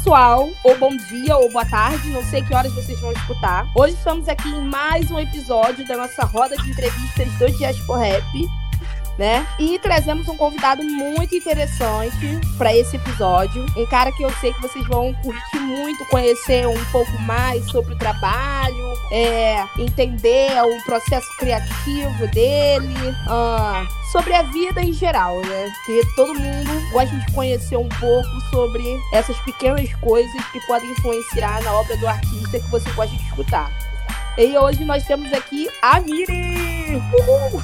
pessoal, ou bom dia, ou boa tarde, não sei que horas vocês vão escutar. Hoje estamos aqui em mais um episódio da nossa roda de entrevistas do Diaspora Rap, né? E trazemos um convidado muito interessante para esse episódio. Um cara que eu sei que vocês vão curtir muito, conhecer um pouco mais sobre o trabalho, entender o processo criativo dele, sobre a vida em geral, né? Porque todo mundo gosta de conhecer um pouco sobre essas pequenas coisas que podem influenciar na obra do artista que você gosta de escutar. E hoje nós temos aqui a Miri! Uhul!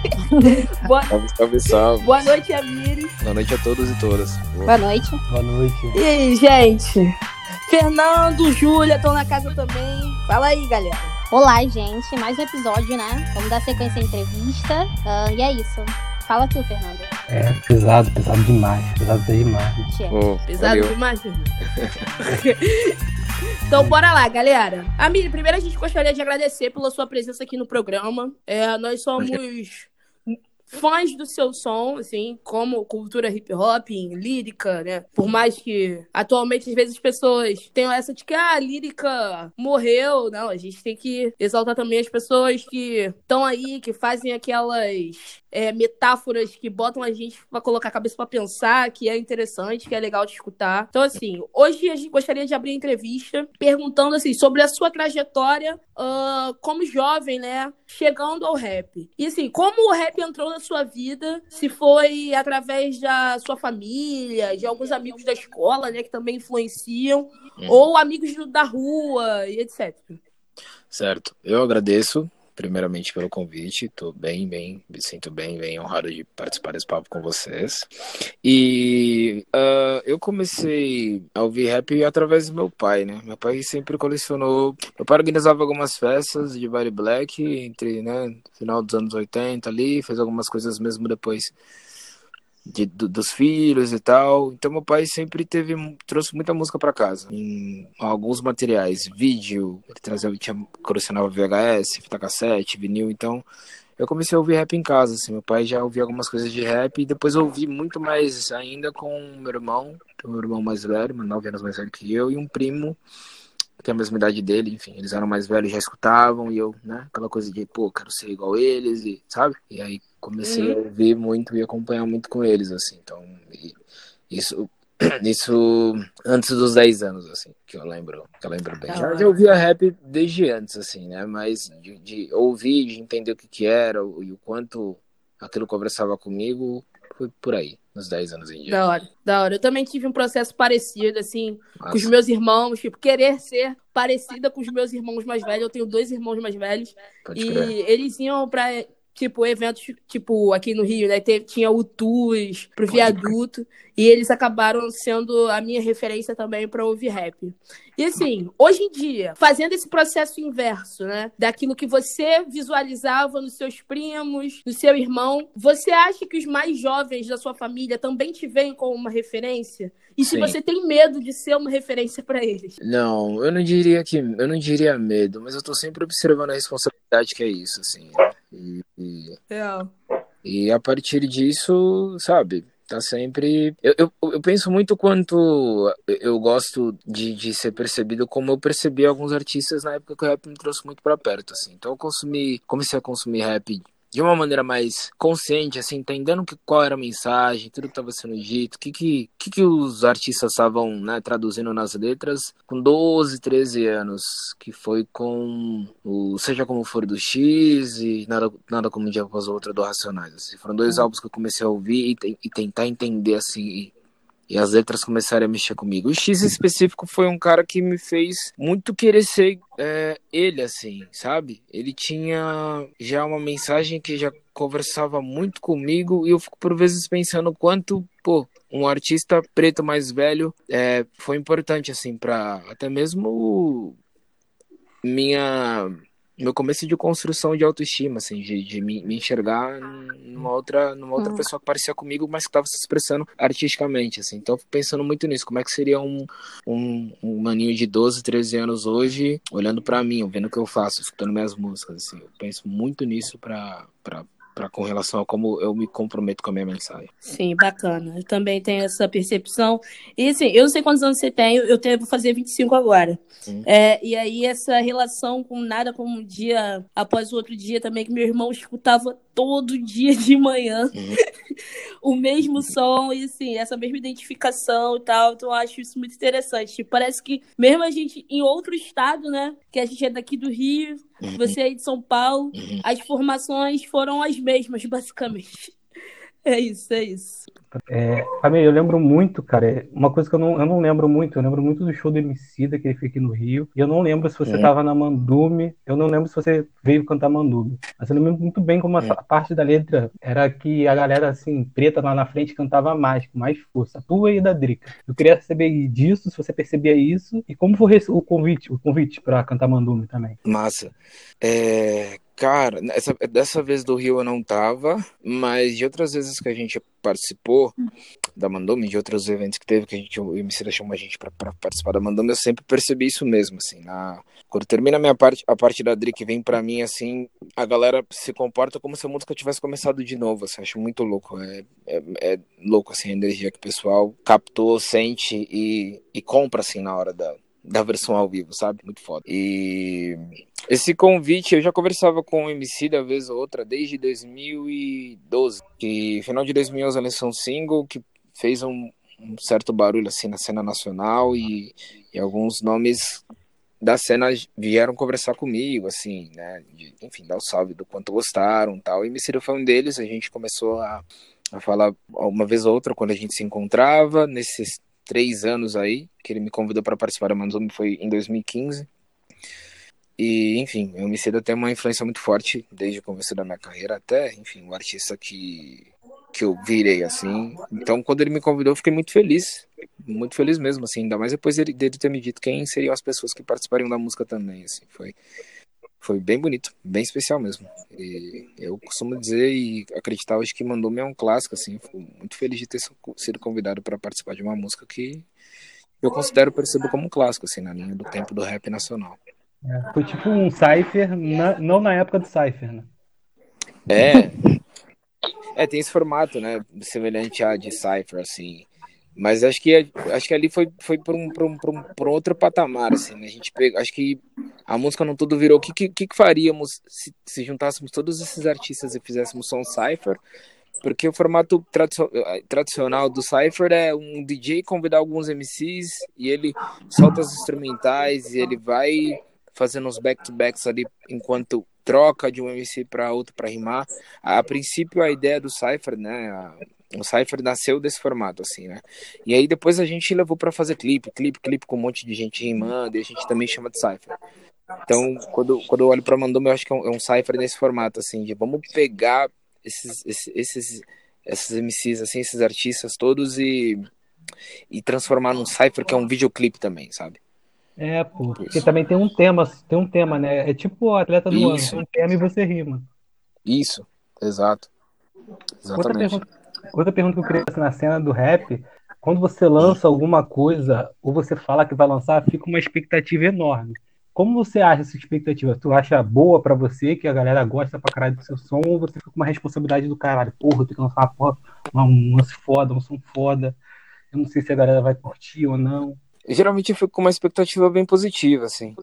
Salve. Boa noite, Amiri. Boa noite a todos e todas. Boa noite. Boa noite. E aí, gente? Fernando, Júlia estão na casa também. Fala aí, galera. Olá, gente. Mais um episódio, né? Vamos dar sequência à entrevista. E é isso. Fala tu, Fernando. Pesado demais. Pesado demais. Pesado demais, Fernando. Então, bora lá, galera. Amiri, primeiro a gente gostaria de agradecer pela sua presença aqui no programa. Nós somos fãs do seu som, assim, como cultura hip hop, lírica, né? Por mais que atualmente, às vezes, as pessoas tenham essa de que a lírica morreu. Não, a gente tem que exaltar também as pessoas que estão aí, que fazem aquelas metáforas que botam a gente pra colocar a cabeça pra pensar, que é interessante, que é legal de escutar. Então, assim, hoje a gente gostaria de abrir a entrevista perguntando, assim, sobre a sua trajetória como jovem, né? Chegando ao rap. E, assim, como o rap entrou na sua vida, se foi através da sua família, de alguns amigos da escola, né, que também influenciam, ou amigos da rua, e etc. Certo. Eu agradeço, primeiramente, pelo convite. Tô me sinto bem honrado de participar desse papo com vocês. E eu comecei a ouvir rap através do meu pai, né? Meu pai sempre colecionou. Meu pai organizava algumas festas de baile black entre, né, final dos anos 80 ali, fez algumas coisas mesmo depois dos filhos e tal. Então meu pai sempre trouxe muita música para casa, em alguns materiais, vídeo, ele colecionava VHS, fita cassete, vinil. Então eu comecei a ouvir rap em casa, assim. Meu pai já ouvia algumas coisas de rap e depois eu ouvi muito mais ainda com meu irmão mais velho, 9 anos mais velho que eu, e um primo que tem a mesma idade dele. Enfim, eles eram mais velhos, já escutavam, e eu, né, aquela coisa de, quero ser igual eles, e sabe? E aí comecei a ouvir muito e acompanhar muito com eles, assim. Então, isso antes dos 10 anos, assim, que eu lembro bem. Já ouvia rap desde antes, assim, né? Mas de ouvir, de entender o que era e o quanto aquilo conversava comigo, foi por aí, nos 10 anos em diante. Da hora. Eu também tive um processo parecido, assim, com os meus irmãos, tipo, querer ser parecida com os meus irmãos mais velhos. Eu tenho 2 irmãos mais velhos. Pode crer. Eles iam pra, tipo, eventos, tipo, aqui no Rio, né? Tinha o TUS pro Viaduto. E eles acabaram sendo a minha referência também pra ouvir rap. E assim, hoje em dia, fazendo esse processo inverso, né? Daquilo que você visualizava nos seus primos, no seu irmão, você acha que os mais jovens da sua família também te veem como uma referência? E se você tem medo de ser uma referência pra eles? Não, eu não diria medo, mas eu tô sempre observando a responsabilidade que é isso, assim, né? E a partir disso, sabe, tá sempre... Eu penso muito quanto eu gosto de ser percebido como eu percebi alguns artistas na época que o rap me trouxe muito pra perto, assim. Então eu comecei a consumir rap de uma maneira mais consciente, assim, entendendo qual era a mensagem, tudo que estava sendo dito, o que os artistas estavam, né, traduzindo nas letras com 12, 13 anos, que foi com o Seja Como For do X e Nada Como Um Dia Após o Outro do Racionais. Assim. Foram 2 álbuns que eu comecei a ouvir e tentar entender, assim, e as letras começaram a mexer comigo. O X em específico foi um cara que me fez muito querer ser ele, assim, sabe? Ele tinha já uma mensagem que já conversava muito comigo e eu fico por vezes pensando quanto, um artista preto mais velho foi importante, assim, pra até mesmo meu começo de construção de autoestima, assim, de me enxergar numa outra pessoa que parecia comigo, mas que estava se expressando artisticamente, assim. Então eu fico pensando muito nisso, como é que seria um maninho de 12, 13 anos hoje, olhando pra mim, vendo o que eu faço, escutando minhas músicas, assim. Eu penso muito nisso pra com relação a como eu me comprometo com a minha mensagem. Sim, bacana. Eu também tenho essa percepção. E assim, eu não sei quantos anos você tem, vou fazer 25 agora. E aí essa relação com nada como um dia após o outro dia também, que meu irmão escutava todo dia de manhã o mesmo som e assim, essa mesma identificação e tal. Então eu acho isso muito interessante. Parece que mesmo a gente em outro estado, né, que a gente é daqui do Rio, você é de São Paulo, as formações foram as mesmas, basicamente. É isso, é isso. Família, eu lembro muito, cara, uma coisa que eu não lembro muito, eu lembro muito do show do Emicida, que ele fez aqui no Rio, e eu não lembro se você tava na Mandume, eu não lembro se você veio cantar Mandume, mas eu lembro muito bem como a parte da letra era que a galera, assim, preta lá na frente cantava mais, com mais força, a tua e da Drica. Eu queria saber disso, se você percebia isso, e como foi o convite pra cantar Mandume também. Massa. Cara, dessa vez do Rio eu não tava, mas de outras vezes que a gente participou da Mandume, de outros eventos que teve, que o Emicida chamou a gente pra participar da Mandume, eu sempre percebi isso mesmo, assim, quando termina a parte da Dri que vem pra mim, assim, a galera se comporta como se a música tivesse começado de novo, assim, acho muito louco, é louco, assim, a energia que o pessoal captou, sente e compra, assim, na hora da versão ao vivo, sabe? Muito foda. E esse convite, eu já conversava com o Emicida vez ou outra desde 2012, que final de 2011 lançou um single que fez um certo barulho assim na cena nacional e alguns nomes da cena vieram conversar comigo, assim, né? Enfim, dar o salve do quanto gostaram e tal. E Emicida foi um deles, a gente começou a falar uma vez ou outra quando a gente se encontrava, nesses 3 anos aí, que ele me convidou para participar da Mandume foi em 2015. E, enfim, o Emicida tem uma influência muito forte desde o começo da minha carreira até, enfim, o artista que eu virei, assim. Então, quando ele me convidou, eu fiquei muito feliz mesmo, assim, ainda mais depois dele ter me dito quem seriam as pessoas que participariam da música também, assim, foi bem bonito, bem especial mesmo. E eu costumo dizer e acreditar hoje que Mandume é um clássico, assim. Fico muito feliz de ter sido convidado para participar de uma música que eu percebo como um clássico, assim, na linha do tempo do rap nacional. Foi tipo um Cypher, não na época do Cypher, né? Tem esse formato, né, semelhante a de Cypher, assim. Mas acho que ali foi por um outro patamar, assim, né? Acho que a música no todo virou o que faríamos se juntássemos todos esses artistas e fizéssemos só um Cypher, porque o formato tradicional do Cypher é um DJ convidar alguns MCs e ele solta as instrumentais e ele vai fazendo uns back-to-backs ali enquanto troca de um MC para outro para rimar. A princípio, a ideia do Cypher, né? O Cypher nasceu desse formato, assim, né? E aí depois a gente levou para fazer clipe com um monte de gente rimando e a gente também chama de Cypher. Então, quando eu olho pra Mandume, eu acho que é um Cypher nesse formato, assim, de vamos pegar esses MCs, assim, esses artistas todos e transformar num Cypher que é um videoclipe também, sabe? Porque também tem um tema, né? É tipo o atleta do ano, tem um tema e você rima. Isso, exato. Exatamente. Outra pergunta que eu queria fazer na cena do rap, quando você lança alguma coisa, ou você fala que vai lançar, fica uma expectativa enorme. Como você acha essa expectativa? Tu acha boa pra você, que a galera gosta pra caralho do seu som, ou você fica com uma responsabilidade do caralho? Porra, eu tenho que lançar um lance foda, um som foda. Eu não sei se a galera vai curtir ou não. Geralmente eu fico com uma expectativa bem positiva, assim.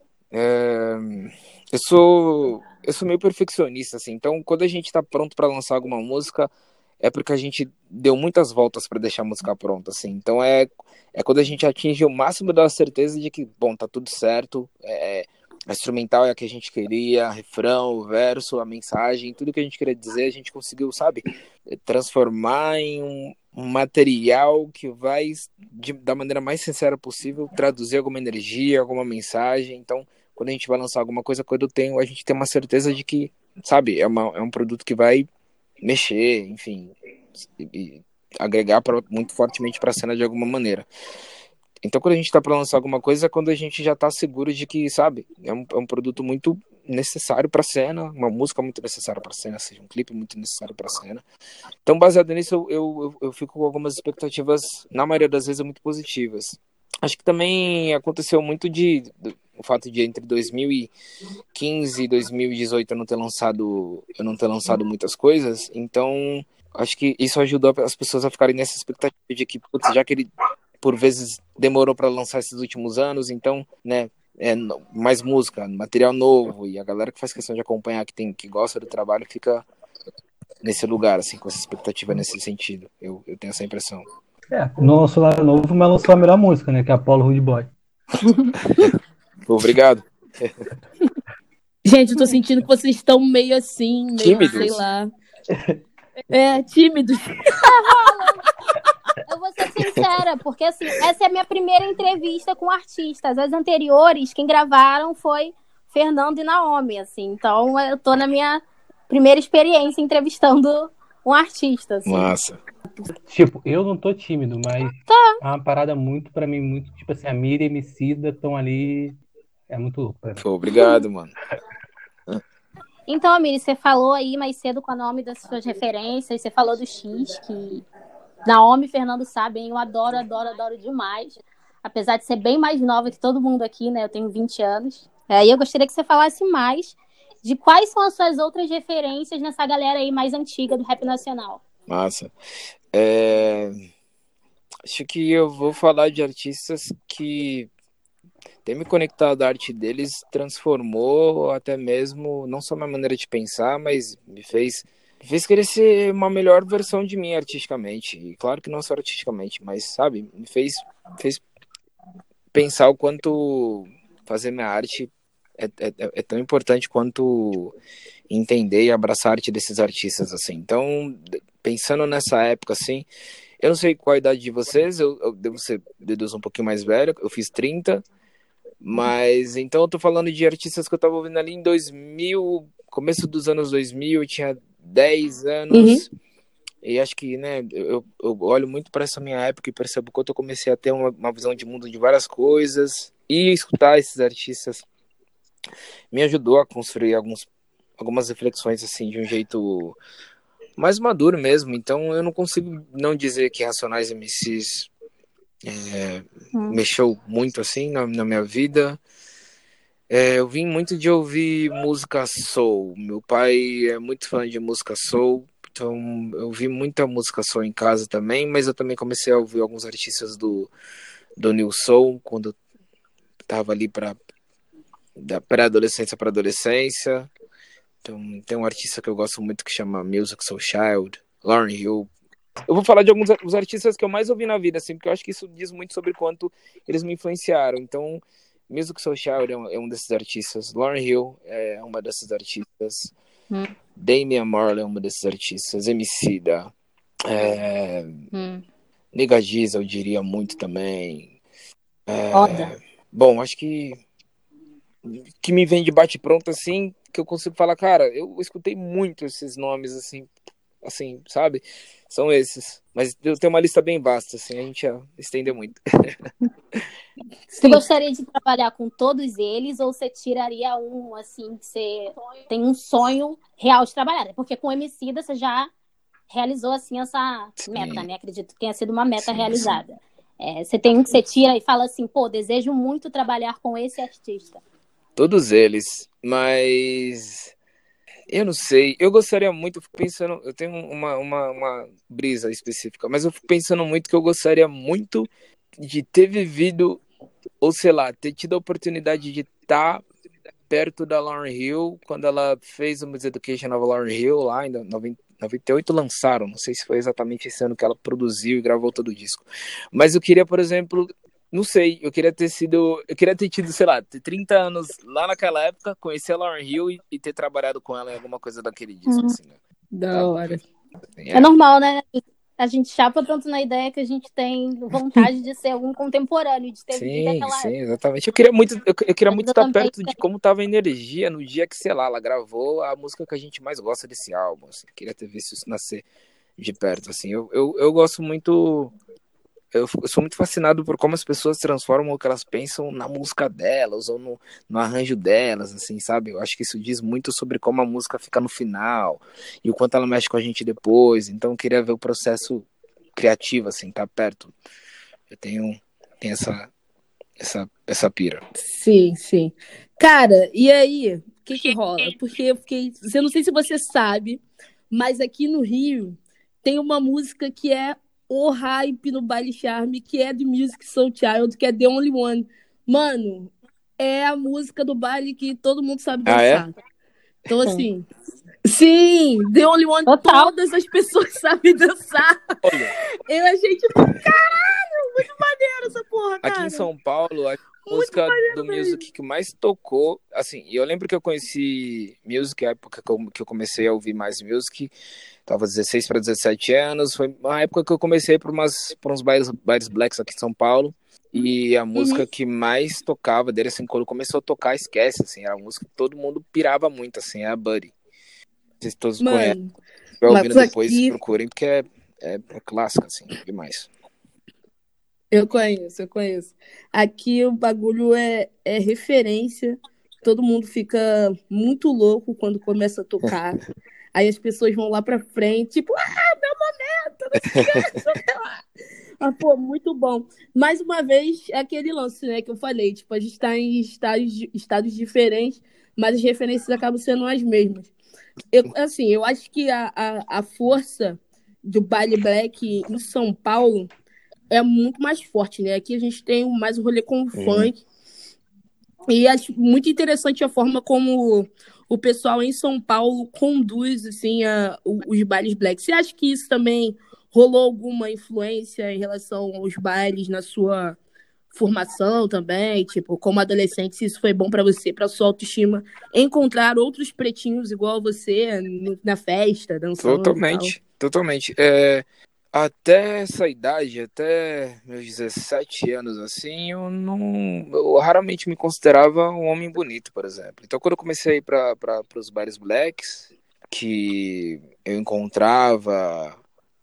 Eu sou meio perfeccionista, assim. Então, quando a gente tá pronto pra lançar alguma música, é porque a gente deu muitas voltas pra deixar a música pronta, assim. Então, é quando a gente atinge o máximo da certeza de que, bom, tá tudo certo, a instrumental é a que a gente queria, refrão, o verso, a mensagem, tudo que a gente queria dizer, a gente conseguiu, sabe, transformar em um material que vai, da maneira mais sincera possível, traduzir alguma energia, alguma mensagem. Então, quando a gente vai lançar alguma coisa, a gente tem uma certeza de que, sabe, é um produto que vai mexer, enfim, e agregar muito fortemente para a cena de alguma maneira. Então, quando a gente tá para lançar alguma coisa, é quando a gente já tá seguro de que, sabe, é um produto muito necessário para a cena, uma música muito necessária para a cena, seja um clipe muito necessário para a cena. Então, baseado nisso, eu fico com algumas expectativas, na maioria das vezes, muito positivas. Acho que também aconteceu muito o fato de entre 2015 e 2018 eu não ter lançado muitas coisas, então acho que isso ajudou as pessoas a ficarem nessa expectativa de que, putz, já que ele por vezes demorou para lançar esses últimos anos, então, né, mais música, material novo, e a galera que faz questão de acompanhar, que gosta do trabalho, fica nesse lugar, assim, com essa expectativa nesse sentido. Eu tenho essa impressão. Não lançou nada novo, mas lançou a melhor música, né? Que é Apollo Rude Boy. Obrigado. Gente, eu tô sentindo que vocês estão meio assim, meio, Tímidos. sei lá. Tímidos. Eu vou ser sincera, porque assim, essa é a minha primeira entrevista com artistas. As anteriores, quem gravaram foi Fernando e Naomi, assim. Então, eu tô na minha primeira experiência entrevistando um artista, assim. Massa. Tipo, eu não tô tímido, mas é uma parada muito, pra mim, muito, tipo assim, a Miriam e a Emicida estão ali, é muito louco pra mim. Pô, obrigado, mano. Então, Amiri, você falou aí mais cedo com o nome das suas referências, você falou do X, que Naomi e Fernando sabem, eu adoro, adoro, adoro demais. Apesar de ser bem mais nova que todo mundo aqui, né? Eu tenho 20 anos. E eu gostaria que você falasse mais de quais são as suas outras referências nessa galera aí mais antiga do rap nacional. Massa. Acho que eu vou falar de artistas que ter me conectado à arte deles transformou até mesmo, não só minha maneira de pensar, mas me fez querer ser uma melhor versão de mim artisticamente. E claro que não só artisticamente, mas, sabe, me fez pensar o quanto fazer minha arte é tão importante quanto entender e abraçar a arte desses artistas, assim. Então, pensando nessa época, assim, eu não sei qual a idade de vocês, eu devo ser, deduzo, um pouquinho mais velho, eu fiz 30, mas então eu tô falando de artistas que eu tava ouvindo ali em 2000, começo dos anos 2000, eu tinha 10 anos, e acho que, né, eu olho muito para essa minha época e percebo quanto eu comecei a ter uma visão de mundo de várias coisas, e escutar esses artistas me ajudou a construir algumas reflexões, assim, de um jeito mais maduro mesmo. Então eu não consigo não dizer que Racionais MCs mexeu muito, assim, na minha vida. Eu vim muito de ouvir música soul. Meu pai é muito fã de música soul, então eu vi muita música soul em casa também, mas eu também comecei a ouvir alguns artistas do New Soul quando eu tava ali da pré-adolescência para adolescência. Então tem um artista que eu gosto muito que chama Music Soul Child, Lauryn Hill. Eu vou falar de alguns dos artistas que eu mais ouvi na vida, assim, porque eu acho que isso diz muito sobre quanto eles me influenciaram. Então, Music Soul Child é um desses artistas, Lauryn Hill é uma dessas artistas, Damian Marley é uma desses artistas, Emicida, Nigga Giz, eu diria muito também. Bom, acho que me vem de bate-pronto, assim, que eu consigo falar, cara, eu escutei muito esses nomes, assim, sabe? São esses. Mas eu tenho uma lista bem vasta, assim, a gente ia estender muito. Você gostaria de trabalhar com todos eles ou você tiraria um, assim, que você tem um sonho real de trabalhar? Porque com o Emicida você já realizou, assim, essa meta, né? Acredito que tenha sido uma meta realizada. Você tem um que você tira e fala assim, pô, desejo muito trabalhar com esse artista. Todos eles, mas eu não sei, eu gostaria muito, fico pensando, eu tenho uma brisa específica, mas eu fico pensando muito que eu gostaria muito de ter vivido, ou sei lá, ter tido a oportunidade de estar perto da Lauryn Hill, quando ela fez o Music Education of Lauryn Hill, lá em 98 lançaram, não sei se foi exatamente esse ano que ela produziu e gravou todo o disco, mas eu queria, por exemplo, não sei, eu queria ter tido, sei lá, ter 30 anos lá naquela época, conhecer a Lauryn Hill e ter trabalhado com ela em alguma coisa daquele disco, assim, né? Da hora. É normal, né? A gente chapa tanto na ideia que a gente tem vontade de ser algum contemporâneo, de ter vivido aquela época. Sim, exatamente. Eu queria muito estar perto de como tava a energia no dia que, sei lá, ela gravou a música que a gente mais gosta desse álbum, assim. Queria ter visto isso nascer de perto, assim. Eu gosto muito... Eu sou muito fascinado por como as pessoas transformam o que elas pensam na música delas ou no arranjo delas, assim, sabe? Eu acho que isso diz muito sobre como a música fica no final e o quanto ela mexe com a gente depois. Então eu queria ver o processo criativo, assim, tá perto. Eu tenho essa pira. Sim, sim. Cara, e aí, o que rola? Porque eu fiquei. Eu não sei se você sabe, mas aqui no Rio tem uma música que é o hype no Baile Charme, que é do Music Soul Child, que é The Only One. Mano, é a música do baile que todo mundo sabe Ah, é? dançar. Então, assim. Sim, The Only One, Total. todas as pessoas sabem dançar. Olha, Eu achei, tipo, caralho, muito maneiro essa porra, cara. aqui em São Paulo, a Muito música maneiro do mesmo. Music que mais tocou, assim, eu lembro que eu conheci Music, a época que eu comecei a ouvir mais Music, tava 16 para 17 anos, foi uma época que eu comecei por uns bailes blacks aqui em São Paulo, e a música que mais tocava dele, assim, quando começou a tocar, esquece, assim, era a música que todo mundo pirava muito, assim, é a Buddy. Não sei se todos conhecem, Mano, vai mas ouvindo depois, aqui procurem, porque é clássica, assim, demais. eu conheço. Aqui o bagulho é referência. Todo mundo fica muito louco quando começa a tocar. Aí as pessoas vão lá pra frente, tipo, meu momento, não sei o que, não sei o que lá. Ah, pô, muito bom. Mais uma vez, é aquele lance, né, que eu falei, tipo, a gente tá em estados diferentes, mas as referências acabam sendo as mesmas. Eu acho que a força do baile black em São Paulo é muito mais forte, né? Aqui a gente tem mais um rolê com o funk. E acho muito interessante a forma como o pessoal em São Paulo conduz assim, os bailes black. Você acha que isso também rolou alguma influência em relação aos bailes na sua formação também? Tipo, como adolescente, se isso foi bom pra você, pra sua autoestima, encontrar outros pretinhos igual você na festa, dançando e tal? Totalmente. Até essa idade, até meus 17 anos, assim, eu raramente me considerava um homem bonito, por exemplo. Então, quando eu comecei a ir para os bares blacks, que eu encontrava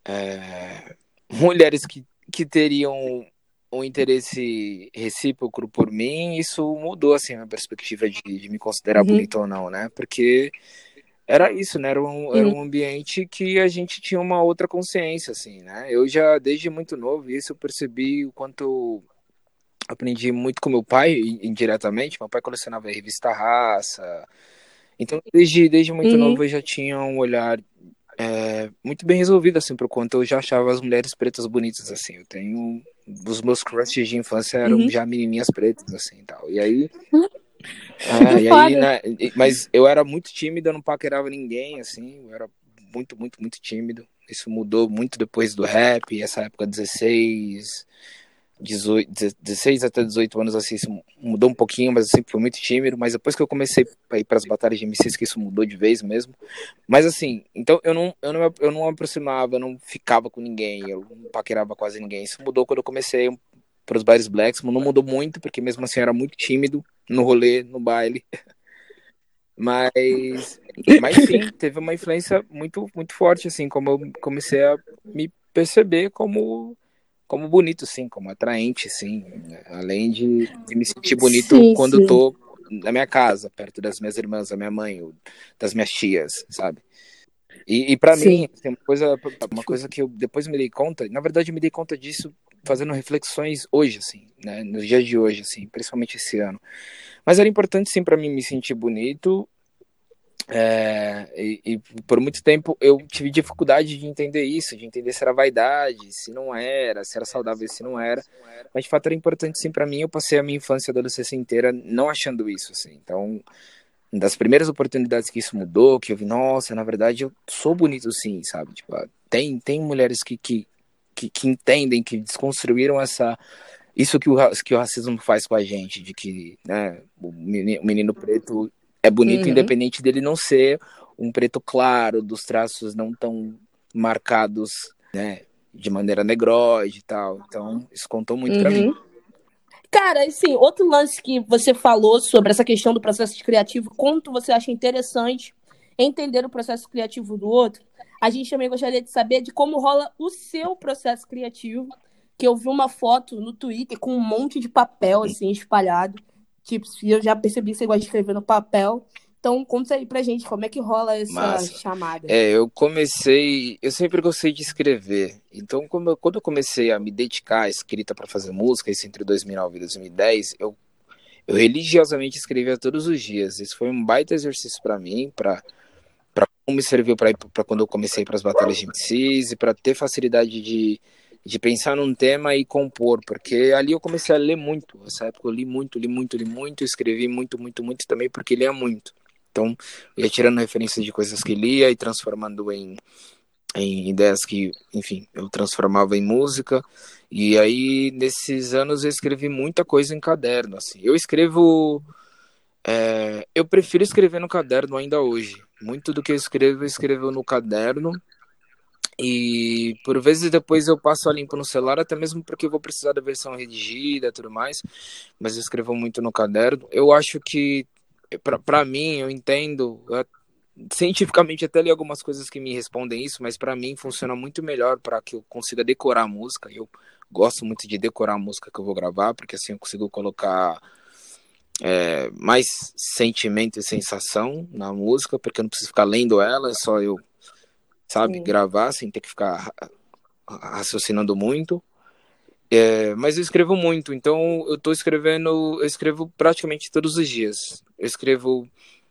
mulheres que teriam um interesse recíproco por mim, isso mudou, assim, a minha perspectiva de me considerar Uhum, bonito ou não, né? Porque era isso, né? Era uhum, um ambiente que a gente tinha uma outra consciência, assim, né? Eu já, desde muito novo, isso eu percebi o quanto eu aprendi muito com meu pai, indiretamente. Meu pai colecionava a revista Raça. Então, desde muito uhum, novo, eu já tinha um olhar muito bem resolvido, assim, pro quanto eu já achava as mulheres pretas bonitas, assim. Eu tenho... Os meus crushes de infância eram uhum. já menininhas pretas, assim, e tal. E aí, Que e aí, foda. né, mas eu era muito tímido, eu não paquerava ninguém, assim, eu era muito, muito, muito tímido. Isso mudou muito depois do rap, essa época 16 até 18 anos, assim, isso mudou um pouquinho, mas eu sempre fui muito tímido. Mas depois que eu comecei a ir para as batalhas de MCs, que isso mudou de vez mesmo. Mas assim, então eu não me aproximava, eu não ficava com ninguém, eu não paquerava quase ninguém. Isso mudou quando eu comecei para os bailes blacks, não mudou muito, porque mesmo assim eu era muito tímido no rolê, no baile. Mas, mas sim, teve uma influência muito, muito forte, assim, como eu comecei a me perceber como bonito, sim, como atraente, sim. Além de me sentir bonito Sim, quando eu sim. tô na minha casa, perto das minhas irmãs, da minha mãe, ou das minhas tias, sabe? E para mim, Sim. assim, uma coisa que eu depois me dei conta, na verdade eu me dei conta disso fazendo reflexões hoje, assim, né, nos dias de hoje, assim, principalmente esse ano. Mas era importante, sim, para mim me sentir bonito. E por muito tempo eu tive dificuldade de entender isso, de entender se era vaidade, se não era, se era saudável, se não era. Mas de fato era importante, sim, para mim. Eu passei a minha infância e adolescência inteira não achando isso, assim. Então, das primeiras oportunidades que isso mudou, que eu vi, nossa, na verdade eu sou bonito, sim, sabe? Tipo, tem mulheres que entendem, que desconstruíram isso que o racismo faz com a gente, de que, né, o menino preto é bonito Uhum. independente dele não ser um preto claro, dos traços não tão marcados, né, de maneira negroide e tal. Então, isso contou muito pra mim. Uhum. Cara, assim, outro lance que você falou sobre essa questão do processo criativo, quanto você acha interessante entender o processo criativo do outro, a gente também gostaria de saber de como rola o seu processo criativo, que eu vi uma foto no Twitter com um monte de papel, assim, espalhado. Tipo, eu já percebi que você gosta de escrever no papel. Então, conta aí pra gente como é que rola essa Massa. chamada. Eu sempre gostei de escrever. Então, quando eu comecei a me dedicar à escrita para fazer música, isso entre 2009 e 2010, eu religiosamente escrevia todos os dias. Isso foi um baita exercício para mim, para como me serviu para quando eu comecei para as batalhas de MCs e para ter facilidade de pensar num tema e compor, porque ali eu comecei a ler muito. Nessa época eu li muito, escrevi muito, muito, muito também, porque lia muito. Então, eu ia tirando referências de coisas que lia e transformando em ideias que, enfim, eu transformava em música. E aí, nesses anos, eu escrevi muita coisa em caderno, assim. Eu prefiro escrever no caderno ainda hoje. Muito do que eu escrevo no caderno. E por vezes depois eu passo a limpo no celular, até mesmo porque eu vou precisar da versão redigida e tudo mais. Mas eu escrevo muito no caderno. Eu acho que, para mim, eu entendo. Cientificamente até li algumas coisas que me respondem isso, mas para mim funciona muito melhor para que eu consiga decorar a música. Eu gosto muito de decorar a música que eu vou gravar, porque assim eu consigo colocar mais sentimento e sensação na música, porque eu não preciso ficar lendo ela, é só eu, sabe, Sim. gravar sem ter que ficar raciocinando muito. Mas eu escrevo muito, então eu escrevo praticamente todos os dias. Eu escrevo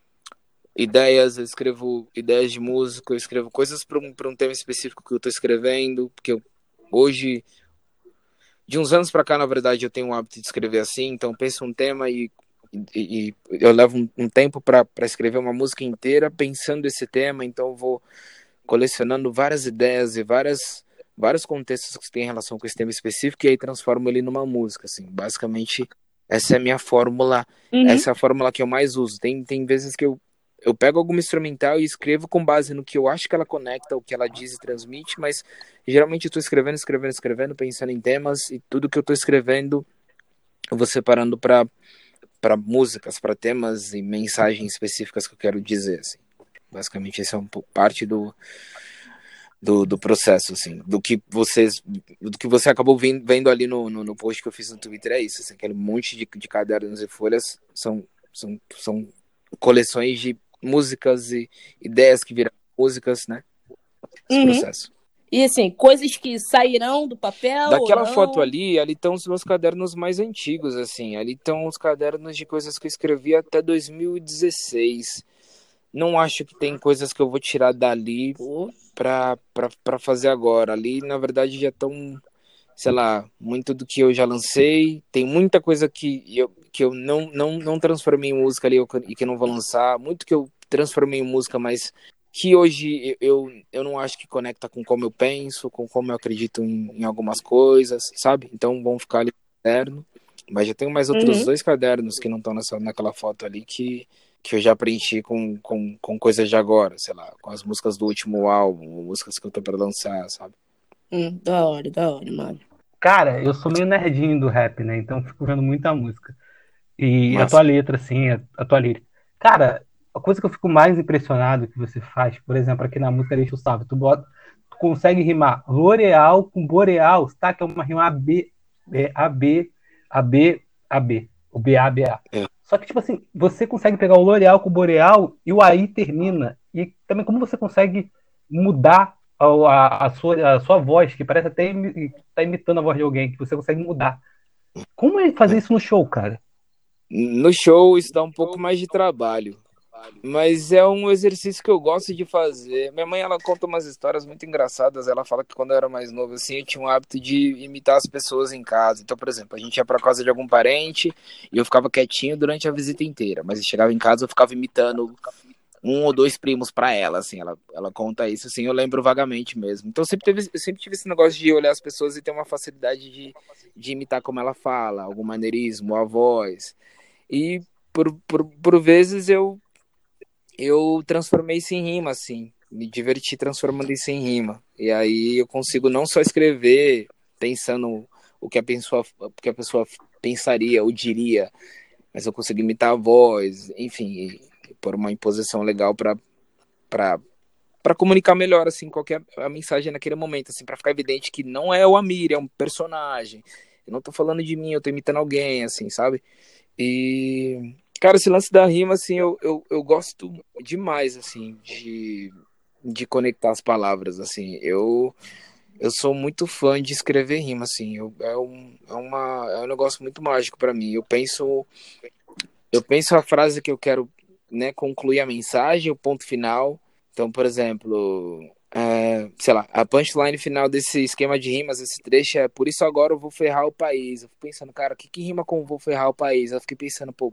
ideias de música, eu escrevo coisas para um tema específico que eu estou escrevendo, porque hoje, de uns anos para cá, na verdade, eu tenho o hábito de escrever assim, então eu penso um tema e eu levo um tempo para escrever uma música inteira pensando esse tema, então eu vou colecionando várias ideias e vários contextos que têm relação com esse tema específico e aí transformo ele numa música, assim. Basicamente, essa é a minha fórmula, essa é a fórmula que eu mais uso. Tem vezes que eu pego alguma instrumental e escrevo com base no que eu acho que ela conecta, o que ela diz e transmite, mas geralmente eu estou escrevendo, pensando em temas e tudo que eu estou escrevendo eu vou separando para músicas, para temas e mensagens específicas que eu quero dizer, assim. Basicamente, essa é parte do processo, assim, do que você acabou vendo ali no post que eu fiz no Twitter, é isso, assim, aquele monte de cadernos e folhas são coleções de músicas e ideias que viram músicas, né? Esse processo. E assim, coisas que sairão do papel ou Daquela não? foto ali estão os meus cadernos mais antigos, assim, ali estão os cadernos de coisas que eu escrevi até 2016. Não acho que tem coisas que eu vou tirar dali pra fazer agora. Ali, na verdade, já estão, sei lá, muito do que eu já lancei. Tem muita coisa que eu não transformei em música ali e que eu não vou lançar. Muito que eu transformei em música, mas que hoje eu não acho que conecta com como eu penso, com como eu acredito em algumas coisas, sabe? Então vão ficar ali no caderno. Mas já tenho mais outros 2 cadernos que não estão naquela foto ali que eu já preenchi com coisas de agora, sei lá, com as músicas do último álbum, músicas que eu tô pra lançar, sabe? Da hora, mano. Cara, eu sou meio nerdinho do rap, né? Então eu fico vendo muita música. E a Massa. tua letra, assim, a tua lírica. Cara, a coisa que eu fico mais impressionado que você faz, por exemplo, aqui na música Deixa o Salve, tu consegue rimar L'Oreal com Boreal, tá? Que é uma rima AB, AB, AB, AB, o BA, BA. É. Só que, tipo assim, você consegue pegar o L'Oreal com o Boreal e o aí termina. E também como você consegue mudar a sua voz, que parece até tá imitando a voz de alguém, que você consegue mudar. Como é fazer isso no show, cara? No show isso dá um pouco mais de trabalho, mas é um exercício que eu gosto de fazer. Minha mãe, ela conta umas histórias muito engraçadas. Ela fala que quando eu era mais novo, assim, eu tinha um hábito de imitar as pessoas em casa. Então, por exemplo, a gente ia pra casa de algum parente e eu ficava quietinho durante a visita inteira, mas eu chegava em casa, eu ficava imitando 1 ou 2 primos pra ela, assim, ela conta isso, assim, eu lembro vagamente mesmo. Então eu sempre tive esse negócio de olhar as pessoas e ter uma facilidade de imitar como ela fala, algum maneirismo, a voz. E por vezes eu transformei isso em rima, assim, me diverti transformando isso em rima. E aí eu consigo não só escrever pensando o que a pessoa pensaria ou diria, mas eu consigo imitar a voz, enfim, e pôr uma imposição legal para comunicar melhor, assim, qualquer a mensagem naquele momento, assim, para ficar evidente que não é o Amir, é um personagem. Eu não tô falando de mim, eu tô imitando alguém, assim, sabe? E Cara, esse lance da rima, assim, eu gosto demais, assim, de conectar as palavras, assim. Eu sou muito fã de escrever rima, assim. É um negócio muito mágico pra mim. Eu penso a frase que eu quero, né, concluir a mensagem, o ponto final. Então, por exemplo, sei lá, a punchline final desse esquema de rimas, esse trecho é: por isso agora eu vou ferrar o país. Eu fico pensando, cara, o que rima com vou ferrar o país? Eu fiquei pensando, pô,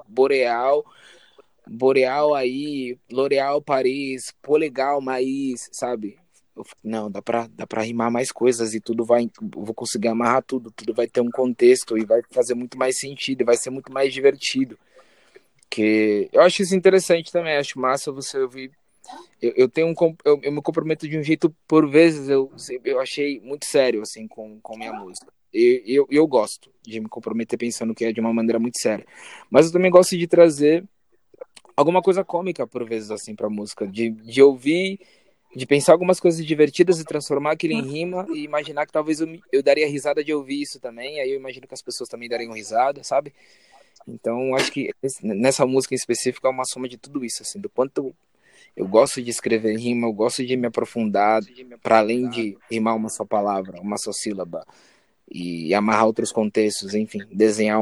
Boreal aí, L'Oréal Paris, Polegal Maíz, sabe? Não, dá pra rimar mais coisas e tudo vai. Vou conseguir amarrar tudo vai ter um contexto e vai fazer muito mais sentido e vai ser muito mais divertido. Que eu acho isso interessante também, acho massa você ouvir. Eu tenho eu me comprometo de um jeito, por vezes, eu achei muito sério, assim, com minha música. Eu gosto de me comprometer pensando que é de uma maneira muito séria. Mas eu também gosto de trazer alguma coisa cômica, por vezes, assim, pra música. De ouvir, de pensar algumas coisas divertidas e transformar aquilo em rima e imaginar que talvez eu daria risada de ouvir isso também. Aí eu imagino que as pessoas também dariam risada, sabe? Então, acho que nessa música em específico é uma soma de tudo isso, assim, do quanto eu gosto de escrever rima, eu gosto de me aprofundar para além de rimar uma só palavra, uma só sílaba e amarrar outros contextos, enfim, desenhar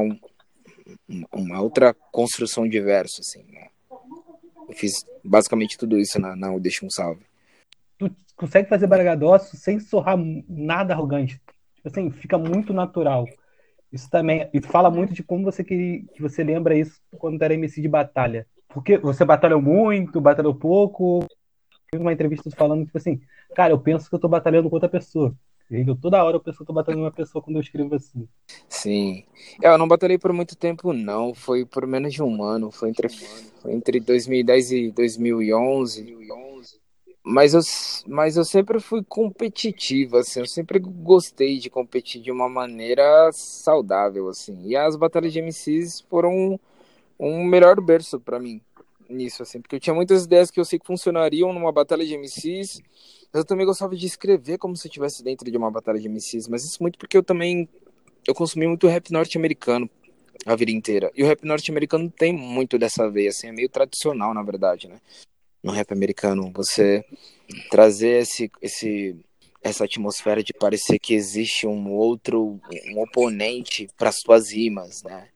uma outra construção de verso, assim, né? Eu fiz basicamente tudo isso na Deixa um Salve. Tu consegue fazer Bragadocio sem sorrar nada arrogante. Tipo assim, fica muito natural. Isso também, e fala muito de como você que você lembra isso quando era MC de batalha. Porque você batalhou muito, batalhou pouco. Teve uma entrevista falando, tipo assim, cara, eu penso que eu tô batalhando com outra pessoa. Toda hora eu penso que eu tô batalhando com uma pessoa quando eu escrevo assim. Sim. Eu não batalhei por muito tempo, não. Foi por menos de um ano. Foi entre 2010 e 2011. Mas eu sempre fui competitivo, assim. Eu sempre gostei de competir de uma maneira saudável, assim. E as batalhas de MCs foram um melhor berço pra mim nisso, assim. Porque eu tinha muitas ideias que eu sei que funcionariam numa batalha de MCs. Mas eu também gostava de escrever como se eu estivesse dentro de uma batalha de MCs. Mas isso muito porque eu consumi muito rap norte-americano a vida inteira. E o rap norte-americano tem muito dessa veia, assim, é meio tradicional, na verdade, né? No rap americano, você trazer essa atmosfera de parecer que existe um oponente para suas rimas, né?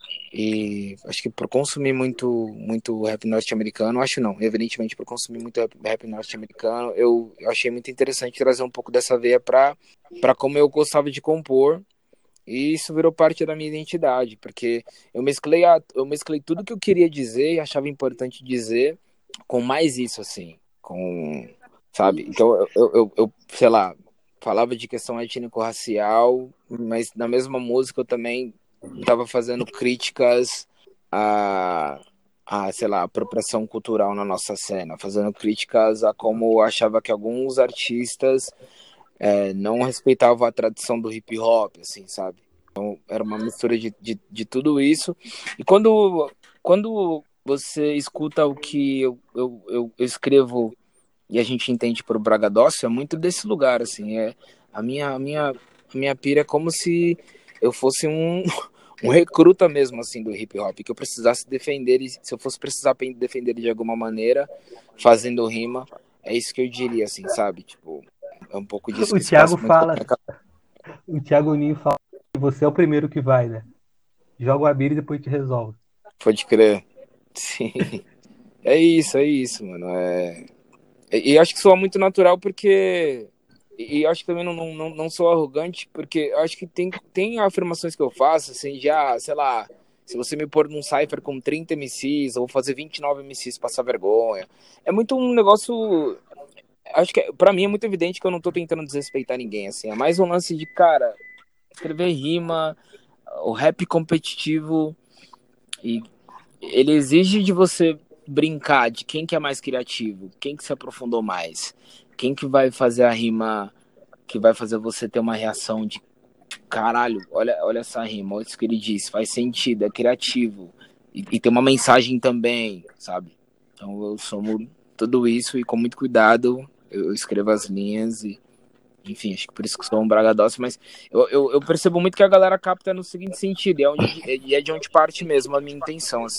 E acho que por consumir muito rap norte-americano, acho não, evidentemente por consumir muito rap norte-americano, eu achei muito interessante trazer um pouco dessa veia para como eu gostava de compor. E isso virou parte da minha identidade, porque eu mesclei tudo que eu queria dizer e achava importante dizer com mais isso, assim, sabe? Então, sei lá, falava de questão étnico-racial, mas na mesma música eu também estava fazendo críticas a, sei lá, apropriação cultural na nossa cena, fazendo críticas a como eu achava que alguns artistas não respeitava a tradição do hip hop, assim, sabe? Então, era uma mistura de tudo isso. E quando você escuta o que eu escrevo e a gente entende por Bragdócio, é muito desse lugar, assim. A minha pira é como se eu fosse um recruta mesmo, assim, do hip hop, que eu precisasse defender, e se eu fosse precisar defender ele de alguma maneira, fazendo rima, é isso que eu diria, assim, sabe? Tipo, é um pouco disso O que se Thiago passa muito fala, o Thiago Ninho fala que você é o primeiro que vai, né? Joga o Abir e depois te resolve. Pode crer. Sim. É isso, mano. E acho que soa muito natural porque. E acho que também não sou arrogante, porque acho que tem afirmações que eu faço, assim, já, sei lá, se você me pôr num cypher com 30 MCs, eu vou fazer 29 MCs passar vergonha. É muito um negócio. Acho que pra mim é muito evidente que eu não tô tentando desrespeitar ninguém, assim. É mais um lance de, cara, escrever rima, o rap competitivo, e ele exige de você brincar de quem que é mais criativo, quem que se aprofundou mais, quem que vai fazer a rima que vai fazer você ter uma reação de caralho, olha essa rima, olha isso que ele disse, faz sentido, é criativo e tem uma mensagem também, sabe? Então eu somo tudo isso e com muito cuidado eu escrevo as linhas e enfim, acho que por isso que sou um bragadoce, mas eu percebo muito que a galera capta no seguinte sentido, e é de onde parte mesmo a minha intenção, assim.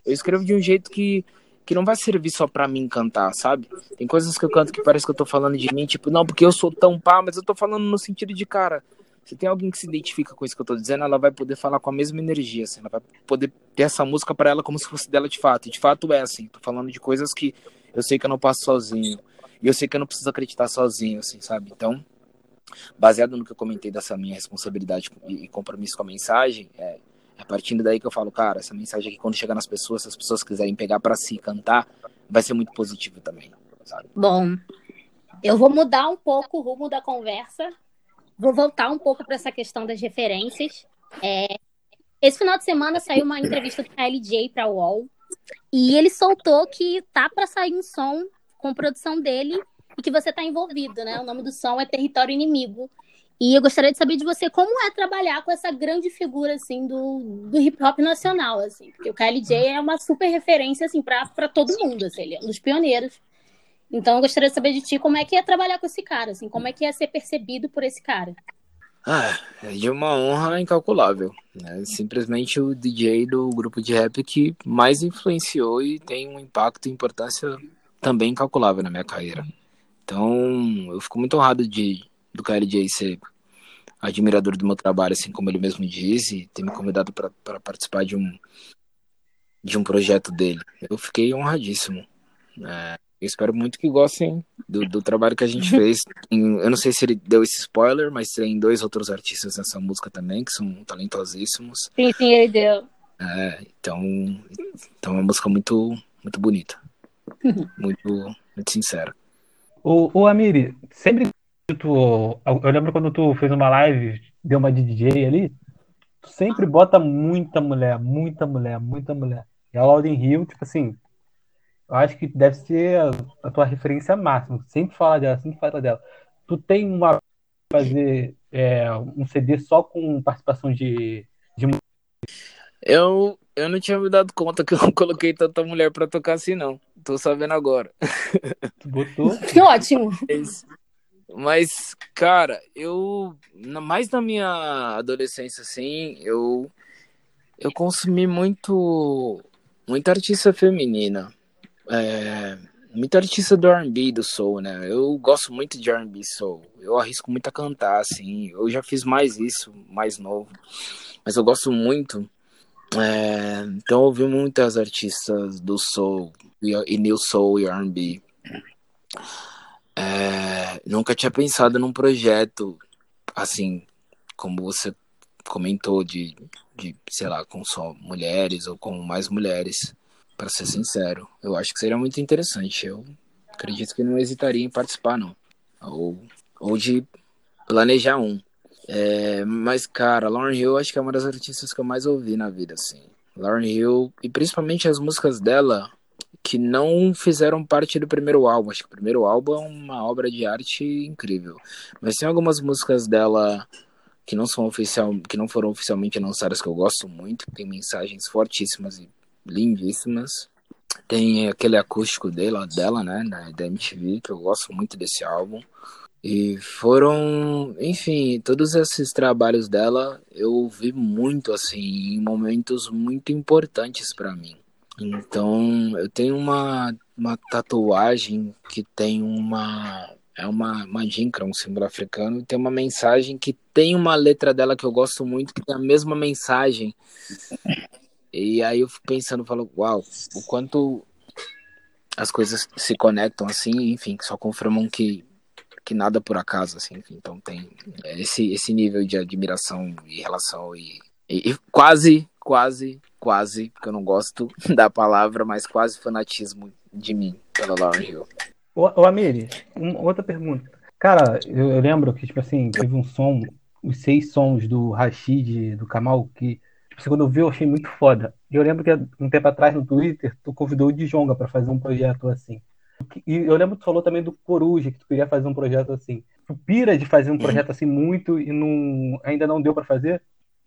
eu escrevo de um jeito que não vai servir só pra mim cantar, sabe? Tem coisas que eu canto que parece que eu tô falando de mim, tipo, não, porque eu sou tão pá, mas eu tô falando no sentido de, cara, se tem alguém que se identifica com isso que eu tô dizendo, ela vai poder falar com a mesma energia, assim, ela vai poder ter essa música pra ela como se fosse dela de fato. E de fato é assim, tô falando de coisas que eu sei que eu não passo sozinho, e eu sei que eu não preciso acreditar sozinho, assim, sabe? Então, baseado no que eu comentei dessa minha responsabilidade e compromisso com a mensagem, é partindo daí que eu falo, cara, essa mensagem aqui, quando chegar nas pessoas, se as pessoas quiserem pegar pra si e cantar, vai ser muito positivo também, sabe? Bom, eu vou mudar um pouco o rumo da conversa, vou voltar um pouco para essa questão das referências. Esse final de semana saiu uma entrevista do KLJ para o UOL, e ele soltou que tá para sair um som com produção dele e que você tá envolvido, né? O nome do som é Território Inimigo. E eu gostaria de saber de você como é trabalhar com essa grande figura, assim, do hip hop nacional, assim. Porque o KLJ é uma super referência, assim, para todo mundo, assim. Ele é um dos pioneiros. Então eu gostaria de saber de ti como é que é trabalhar com esse cara, assim. Como é que é ser percebido por esse cara. É de uma honra incalculável, né? Simplesmente o DJ do grupo de rap que mais influenciou e tem um impacto e importância também incalculável na minha carreira. Então, eu fico muito honrado do KLJ ser admirador do meu trabalho, assim como ele mesmo diz, e ter me convidado para participar de um projeto dele. Eu fiquei honradíssimo. Eu espero muito que gostem do trabalho que a gente fez. Eu não sei se ele deu esse spoiler, mas tem 2 outros artistas nessa música também, que são talentosíssimos. Sim, ele deu. Então é uma música muito, muito bonita. Muito, muito sincera. Ô Amiri, sempre eu lembro quando tu fez uma live, deu uma de DJ ali, tu sempre bota muita mulher, muita mulher, muita mulher. E a Lauryn Hill, tipo assim, eu acho que deve ser a tua referência máxima. Sempre fala dela, sempre fala dela. Tu tem uma fazer um CD só com participação de mulher? Eu não tinha me dado conta que eu não coloquei tanta mulher pra tocar assim, não. Tô sabendo agora. Tu botou? Que ótimo. Mas, cara, mais na minha adolescência, assim, eu consumi muita artista feminina. Muita artista do R&B, do Soul, né? Eu gosto muito de R&B Soul. Eu arrisco muito a cantar, assim. Eu já fiz mais isso, mais novo. Mas eu gosto muito. Então eu ouvi muitas artistas do Soul e New Soul e R&B. Nunca tinha pensado num projeto assim, como você comentou, de sei lá, com só mulheres ou com mais mulheres. Pra ser sincero, eu acho que seria muito interessante. Eu acredito que não hesitaria em participar, não. Ou de planejar um. Mas, cara, Lauryn Hill acho que é uma das artistas que eu mais ouvi na vida, assim. Lauryn Hill, e principalmente as músicas dela que não fizeram parte do primeiro álbum. Acho que o primeiro álbum é uma obra de arte incrível. Mas tem algumas músicas dela que não foram oficialmente lançadas que eu gosto muito, tem mensagens fortíssimas e lindíssimas. Tem aquele acústico dela, né, da MTV, que eu gosto muito desse álbum. E foram, enfim, todos esses trabalhos dela eu ouvi muito, assim, em momentos muito importantes pra mim. Então, eu tenho uma tatuagem que tem uma jinkra, um símbolo africano, e tem uma mensagem que tem uma letra dela que eu gosto muito, que tem a mesma mensagem. E aí eu fico pensando, falo, uau, o quanto as coisas se conectam assim, enfim, que só confirmam que nada por acaso, assim, enfim. Então tem esse nível de admiração e relação e quase, porque eu não gosto da palavra, mas quase fanatismo de mim pela Lauryn Hill. Ô Amiri, outra pergunta. Cara, eu lembro que, tipo assim, teve um som, os 6 sons do Rashid, do Kamal, que, tipo assim, quando eu vi, eu achei muito foda. E eu lembro que um tempo atrás no Twitter, tu convidou o Djonga pra fazer um projeto assim. E eu lembro que tu falou também do Coruja, que tu queria fazer um projeto assim. Tu pira de fazer um projeto assim muito e ainda não deu pra fazer?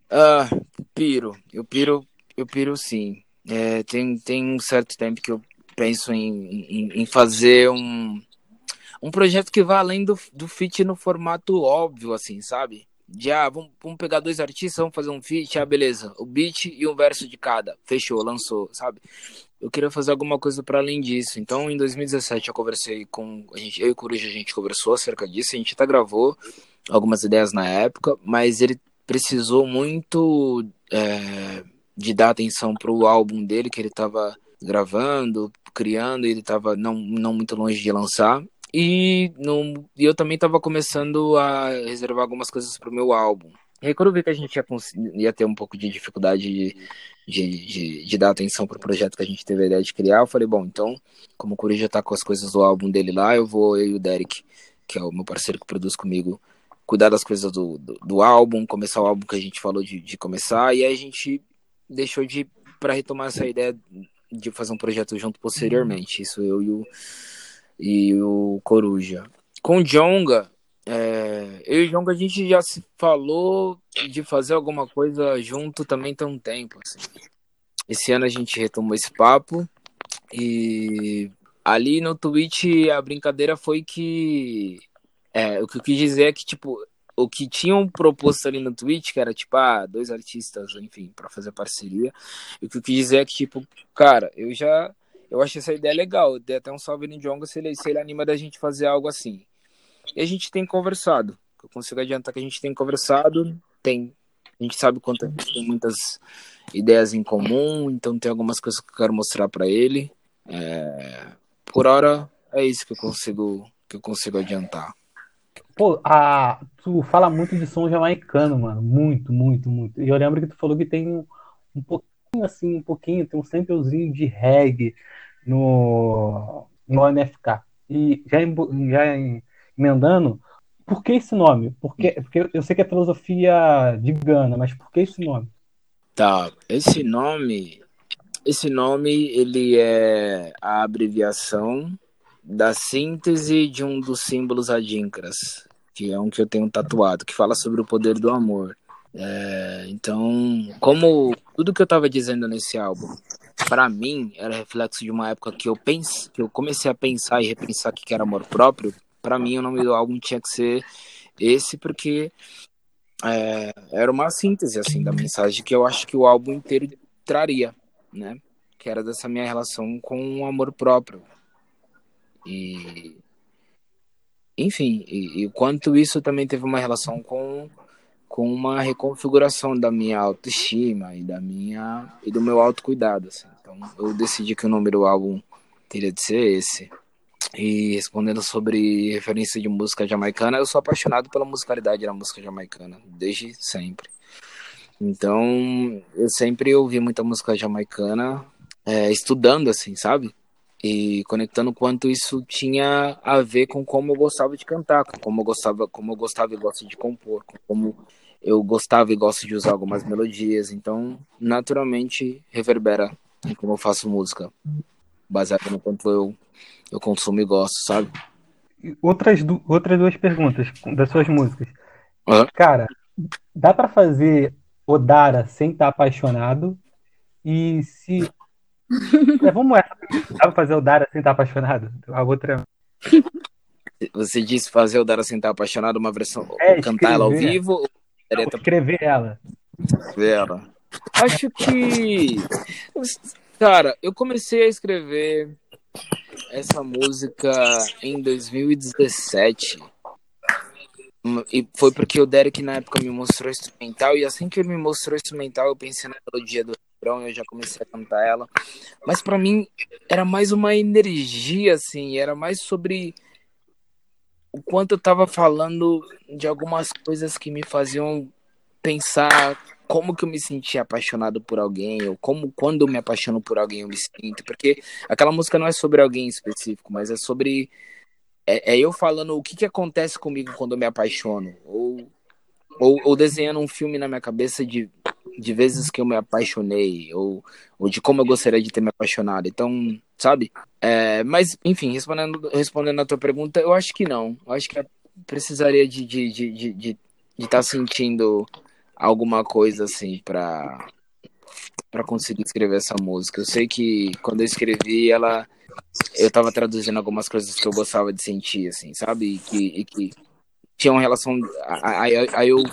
Eu piro sim. Tem um certo tempo que eu penso em fazer um projeto que vá além do feat no formato óbvio, assim, sabe? Vamos pegar 2 artistas, vamos fazer um feat, beleza, o beat e um verso de cada, fechou, lançou, sabe? Eu queria fazer alguma coisa para além disso. Então, em 2017, eu conversei eu e o Coruja, a gente conversou acerca disso, a gente até gravou algumas ideias na época, mas ele precisou muito de dar atenção pro álbum dele, que ele tava gravando, criando, e ele tava não muito longe de lançar. E eu também estava começando a reservar algumas coisas para o meu álbum. E aí, quando eu vi que a gente ia ter um pouco de dificuldade de dar atenção para o projeto que a gente teve a ideia de criar, eu falei, bom, então, como o Coruja tá com as coisas do álbum dele lá, eu e o Derek, que é o meu parceiro que produz comigo, cuidar das coisas do álbum, começar o álbum que a gente falou de começar, e aí a gente deixou para retomar essa ideia de fazer um projeto junto posteriormente. Isso eu e o Coruja. Com o Djonga, eu e o Djonga, a gente já se falou de fazer alguma coisa junto também tem um tempo. Assim. Esse ano a gente retomou esse papo e ali no Twitch a brincadeira foi que o que eu quis dizer é que, tipo, o que tinham proposto ali no Twitch, que era, tipo, 2 artistas, enfim, pra fazer parceria, e o que eu quis dizer é que, tipo, cara, eu acho essa ideia legal, eu dei até um salve no Djonga se ele anima da gente fazer algo assim. E a gente tem conversado, eu consigo adiantar que a gente tem conversado, a gente sabe quanto a gente tem muitas ideias em comum, então tem algumas coisas que eu quero mostrar pra ele. Por hora, é isso que eu consigo adiantar. Pô, tu fala muito de som jamaicano, mano. Muito, muito, muito. E eu lembro que tu falou que tem um pouquinho, assim, tem um samplezinho de reggae no NFK. E emendando, por que esse nome? Porque eu sei que é filosofia de Gana, mas por que esse nome? Tá, esse nome, ele é a abreviação da síntese de um dos símbolos adinkras, que é um que eu tenho tatuado, que fala sobre o poder do amor. Então, como tudo que eu tava dizendo nesse álbum, para mim, era reflexo de uma época que eu comecei a pensar e repensar o que era amor próprio. Para mim, o nome do álbum tinha que ser esse, porque era uma síntese assim da mensagem que eu acho que o álbum inteiro traria, né? Que era dessa minha relação com o amor próprio. E enfim, e o quanto isso também teve uma relação com uma reconfiguração da minha autoestima e do meu autocuidado, assim. Então, eu decidi que o nome do álbum teria de ser esse. E respondendo sobre referência de música jamaicana, eu sou apaixonado pela musicalidade da música jamaicana, desde sempre. Então, eu sempre ouvi muita música jamaicana, estudando, assim, sabe? E conectando quanto isso tinha a ver com como eu gostava de cantar, com como eu gostava e gosto de compor, com como eu gostava e gosto de usar algumas melodias. Então, naturalmente, reverbera em como eu faço música, baseado no quanto eu consumo e gosto, sabe? Outras 2 perguntas das suas músicas. Uhum. Cara, dá pra fazer Odara sem estar apaixonado? E se... vamos essa. Dá pra fazer Odara sem estar apaixonado? A outra... Você disse fazer o Dara Sentar Apaixonado, uma versão, ou cantar ela ao vivo, ou escrever ela. Ela. Acho que... Cara, eu comecei a escrever essa música em 2017. E foi porque o Derek na época me mostrou instrumental, e assim que ele me mostrou instrumental, eu pensei na melodia do refrão e eu já comecei a cantar ela. Mas pra mim era mais uma energia, assim, era mais sobre o quanto eu tava falando de algumas coisas que me faziam pensar como que eu me sentia apaixonado por alguém, ou como quando eu me apaixono por alguém eu me sinto, porque aquela música não é sobre alguém específico, mas é sobre eu falando o que acontece comigo quando eu me apaixono, ou desenhando um filme na minha cabeça de vezes que eu me apaixonei, ou de como eu gostaria de ter me apaixonado. Então, sabe? Mas, enfim, respondendo a tua pergunta, eu acho que não. Eu acho que precisaria de estar sentindo alguma coisa assim pra conseguir escrever essa música. Eu sei que quando eu escrevi eu tava traduzindo algumas coisas que eu gostava de sentir, assim, sabe? E que tinha uma relação. Aí eu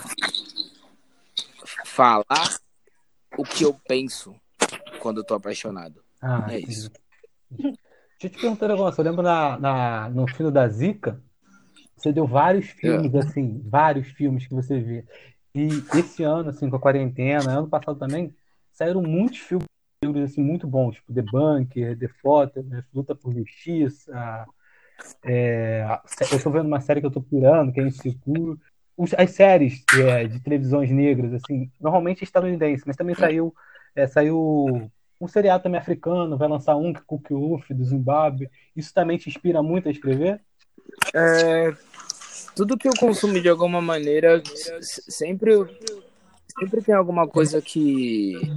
falar o que eu penso quando eu tô apaixonado. É isso. Deixa eu te perguntar um negócio. Eu lembro no filme da Zika, você deu vários filmes, assim, vários filmes que você vê. E esse ano, assim, com a quarentena, ano passado também, saíram muitos filmes assim, muito bons, tipo The Bunker, The Fortress, Luta por Justiça. Eu tô vendo uma série que eu tô pirando, que é Insecure. As séries de televisões negras, assim, normalmente é estadunidense, mas também saiu um seriado também africano, vai lançar um que é Kuki do Zimbábue. Isso também te inspira muito a escrever? Tudo que eu consumo de alguma maneira sempre tem alguma coisa que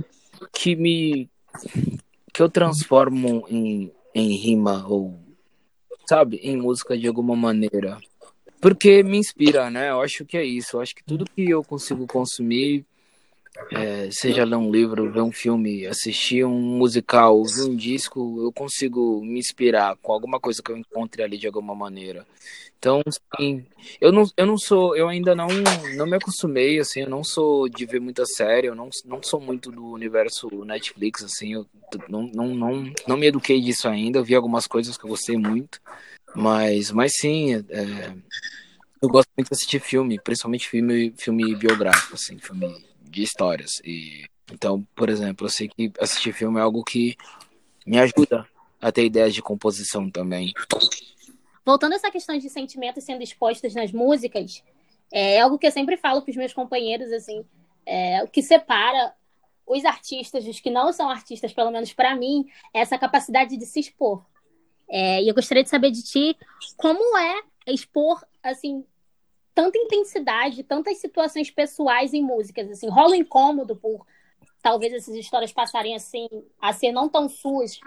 eu transformo em rima ou, sabe, em música de alguma maneira. Porque me inspira, né? Eu acho que é isso. Eu acho que tudo que eu consigo consumir, seja ler um livro, ver um filme, assistir um musical, ouvir um disco, eu consigo me inspirar com alguma coisa que eu encontre ali de alguma maneira. Então, sim, eu não sou, eu ainda não me acostumei, assim, eu não sou de ver muita série, eu não sou muito do universo Netflix, assim, eu não me eduquei disso ainda, eu vi algumas coisas que eu gostei muito, mas sim, eu gosto muito de assistir filme, principalmente filme biográfico, assim, filme de histórias, e então, por exemplo, eu sei que assistir filme é algo que me ajuda a ter ideias de composição também. Voltando a essa questão de sentimentos sendo expostos nas músicas, é algo que eu sempre falo para os meus companheiros, assim, o que separa os artistas dos que não são artistas, pelo menos para mim, é essa capacidade de se expor. E eu gostaria de saber de ti como é expor, assim, tanta intensidade, tantas situações pessoais em músicas, assim, rola um incômodo por talvez essas histórias passarem assim a ser não tão suas.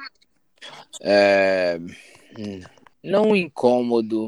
Não incômodo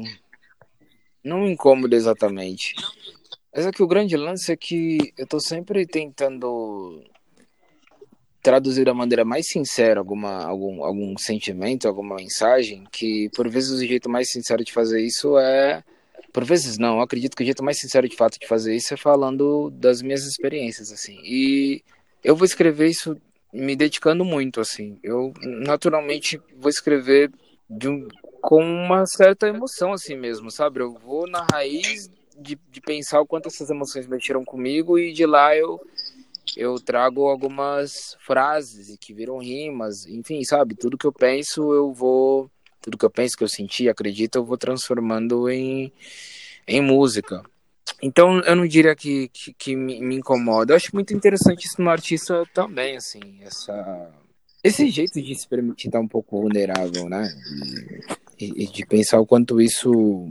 exatamente. Mas é que o grande lance é que eu tô sempre tentando traduzir da maneira mais sincera algum sentimento, alguma mensagem, que por vezes o jeito mais sincero de fazer isso por vezes não, eu acredito que o jeito mais sincero de fato de fazer isso é falando das minhas experiências, assim. E eu vou escrever isso me dedicando muito, assim. Eu naturalmente vou escrever com uma certa emoção, assim mesmo, sabe? Eu vou na raiz de pensar o quanto essas emoções mexeram comigo e de lá eu trago algumas frases que viram rimas, enfim, sabe? Tudo que eu penso, que eu senti, acredito, eu vou transformando em música. Então, eu não diria que me incomoda. Eu acho muito interessante isso no artista também, assim, esse jeito de se permitir estar um pouco vulnerável, né? E de pensar o quanto isso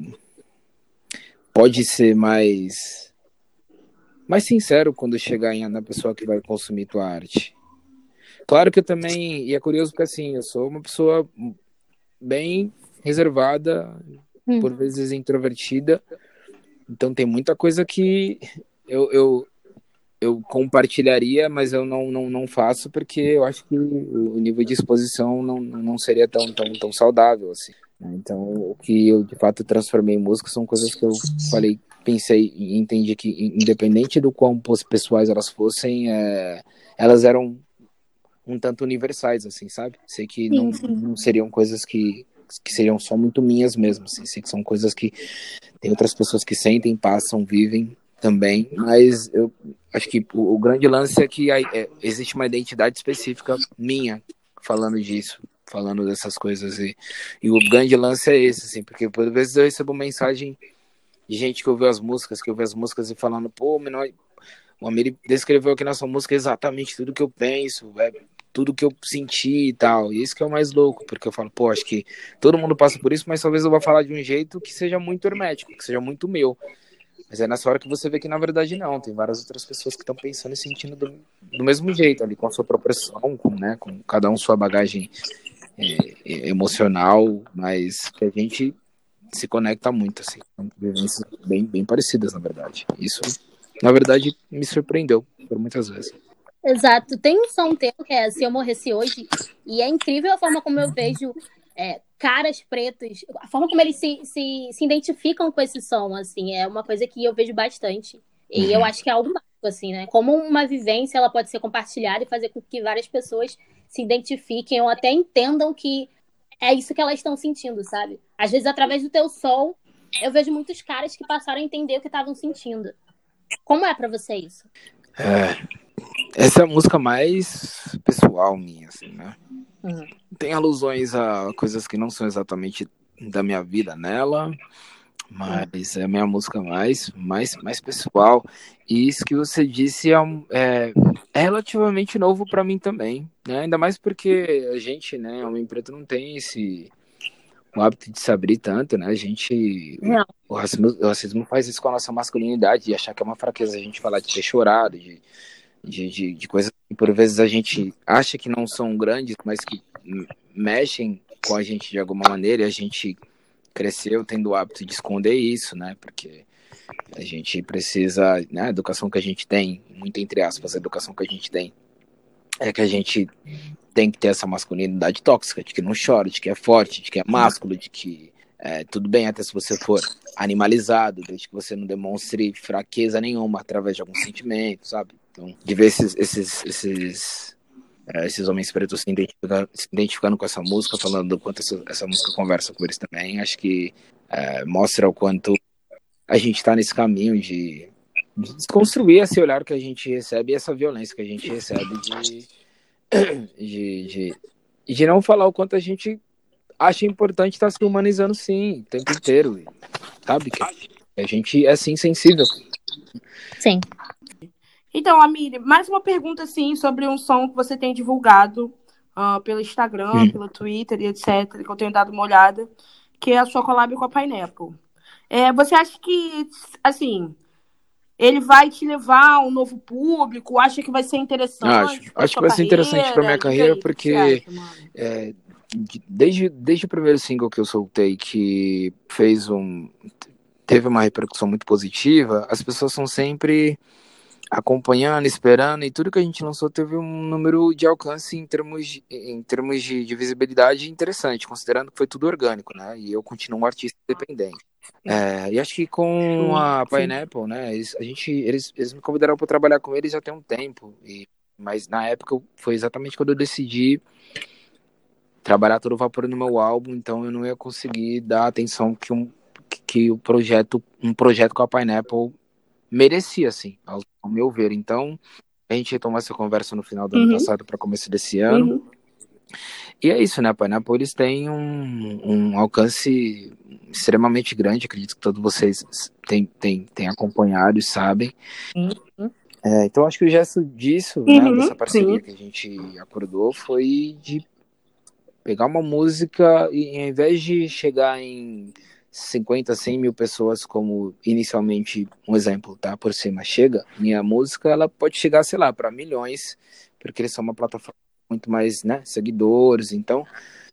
pode ser mais sincero quando chegar na pessoa que vai consumir tua arte. Claro que eu também, e é curioso porque assim, eu sou uma pessoa bem reservada, por vezes introvertida, então tem muita coisa que eu compartilharia, mas eu não faço porque eu acho que o nível de exposição não seria tão saudável assim. Então, o que eu de fato transformei em música são coisas que eu pensei e entendi que, independente do quão pessoais elas fossem, elas eram um tanto universais, assim, sabe? Sei que não seriam coisas que seriam só muito minhas mesmo, assim. Sei que são coisas que tem outras pessoas que sentem, passam, vivem também, mas eu acho que o grande lance é que existe uma identidade específica minha falando disso, falando dessas coisas, e o grande lance é esse, assim, porque por vezes eu recebo mensagem de gente que ouviu as músicas, e falando, pô, o Amir descreveu aqui na sua música exatamente tudo que eu penso, tudo que eu senti e tal, e isso que é o mais louco, porque eu falo, pô, acho que todo mundo passa por isso, mas talvez eu vá falar de um jeito que seja muito hermético, que seja muito meu. Mas é nessa hora que você vê que, na verdade, não. Tem várias outras pessoas que estão pensando e sentindo do mesmo jeito, ali, com a sua própria som, com cada um sua bagagem emocional, mas que a gente se conecta muito, assim. São vivências bem parecidas, na verdade. Isso, na verdade, me surpreendeu por muitas vezes. Exato. Tem um som teu que é Se Eu Morresse Hoje, e é incrível a forma como eu vejo caras pretos, a forma como eles se identificam com esse som, assim, é uma coisa que eu vejo bastante. E eu acho que é algo mágico, assim, né? Como uma vivência, ela pode ser compartilhada e fazer com que várias pessoas se identifiquem ou até entendam que é isso que elas estão sentindo, sabe? Às vezes, através do teu som, eu vejo muitos caras que passaram a entender o que estavam sentindo. Como é pra você isso? Essa é a música mais pessoal minha, assim, né? Tem alusões a coisas que não são exatamente da minha vida nela, mas é a minha música mais pessoal. E isso que você disse é relativamente novo para mim também, né? Ainda mais porque a gente, né, homem preto, não tem o hábito de se abrir tanto, né? A gente... O racismo faz isso com a nossa masculinidade, de achar que é uma fraqueza a gente falar de ter chorado, de coisas que por vezes a gente acha que não são grandes, mas que mexem com a gente de alguma maneira, e a gente cresceu tendo o hábito de esconder isso, né? Porque a gente precisa, né? A educação que a gente tem, muito entre aspas, a educação que a gente tem é que a gente tem que ter essa masculinidade tóxica, de que não chora, de que é forte, de que é másculo, de que tudo bem até se você for animalizado, desde que você não demonstre fraqueza nenhuma através de algum sentimento, sabe? Então, de ver esses homens pretos se identificando com essa música, falando do quanto essa música conversa com eles também, acho que mostra o quanto a gente está nesse caminho de desconstruir esse olhar que a gente recebe e essa violência que a gente recebe de não falar o quanto a gente acha importante estar se humanizando, sim, o tempo inteiro, sabe? Que a gente é, sim, sensível. Sim. Então, Amília, mais uma pergunta, assim, sobre um som que você tem divulgado pelo Instagram, pelo Twitter e etc., que eu tenho dado uma olhada, que é a sua collab com a Pineapple. Você acha que, assim, ele vai te levar a um novo público? Acha que vai ser interessante? Acho que vai ser interessante para minha carreira, porque desde o primeiro single que eu soltei, que teve uma repercussão muito positiva, as pessoas estão sempre acompanhando, esperando, e tudo que a gente lançou teve um número de alcance em termos de visibilidade interessante, considerando que foi tudo orgânico, né? E eu continuo um artista independente. E acho que com a Pineapple, né? Eles me convidaram para trabalhar com eles já tem um tempo, mas na época foi exatamente quando eu decidi trabalhar todo vapor no meu álbum, então eu não ia conseguir dar a atenção que um projeto com a Pineapple merecia, assim, ao meu ver. Então, a gente retomou essa conversa no final do ano passado para começo desse ano. E é isso, né? A Pineapple, eles têm um alcance extremamente grande, acredito que todos vocês têm acompanhado e sabem. Então, acho que o gesto disso, né, dessa parceria que a gente acordou, foi de pegar uma música e, ao invés de chegar em 50, 100 mil pessoas, como inicialmente, um exemplo, tá? Por cima chega, minha música, ela pode chegar, sei lá, para milhões, porque eles são uma plataforma com muito mais, né, seguidores, então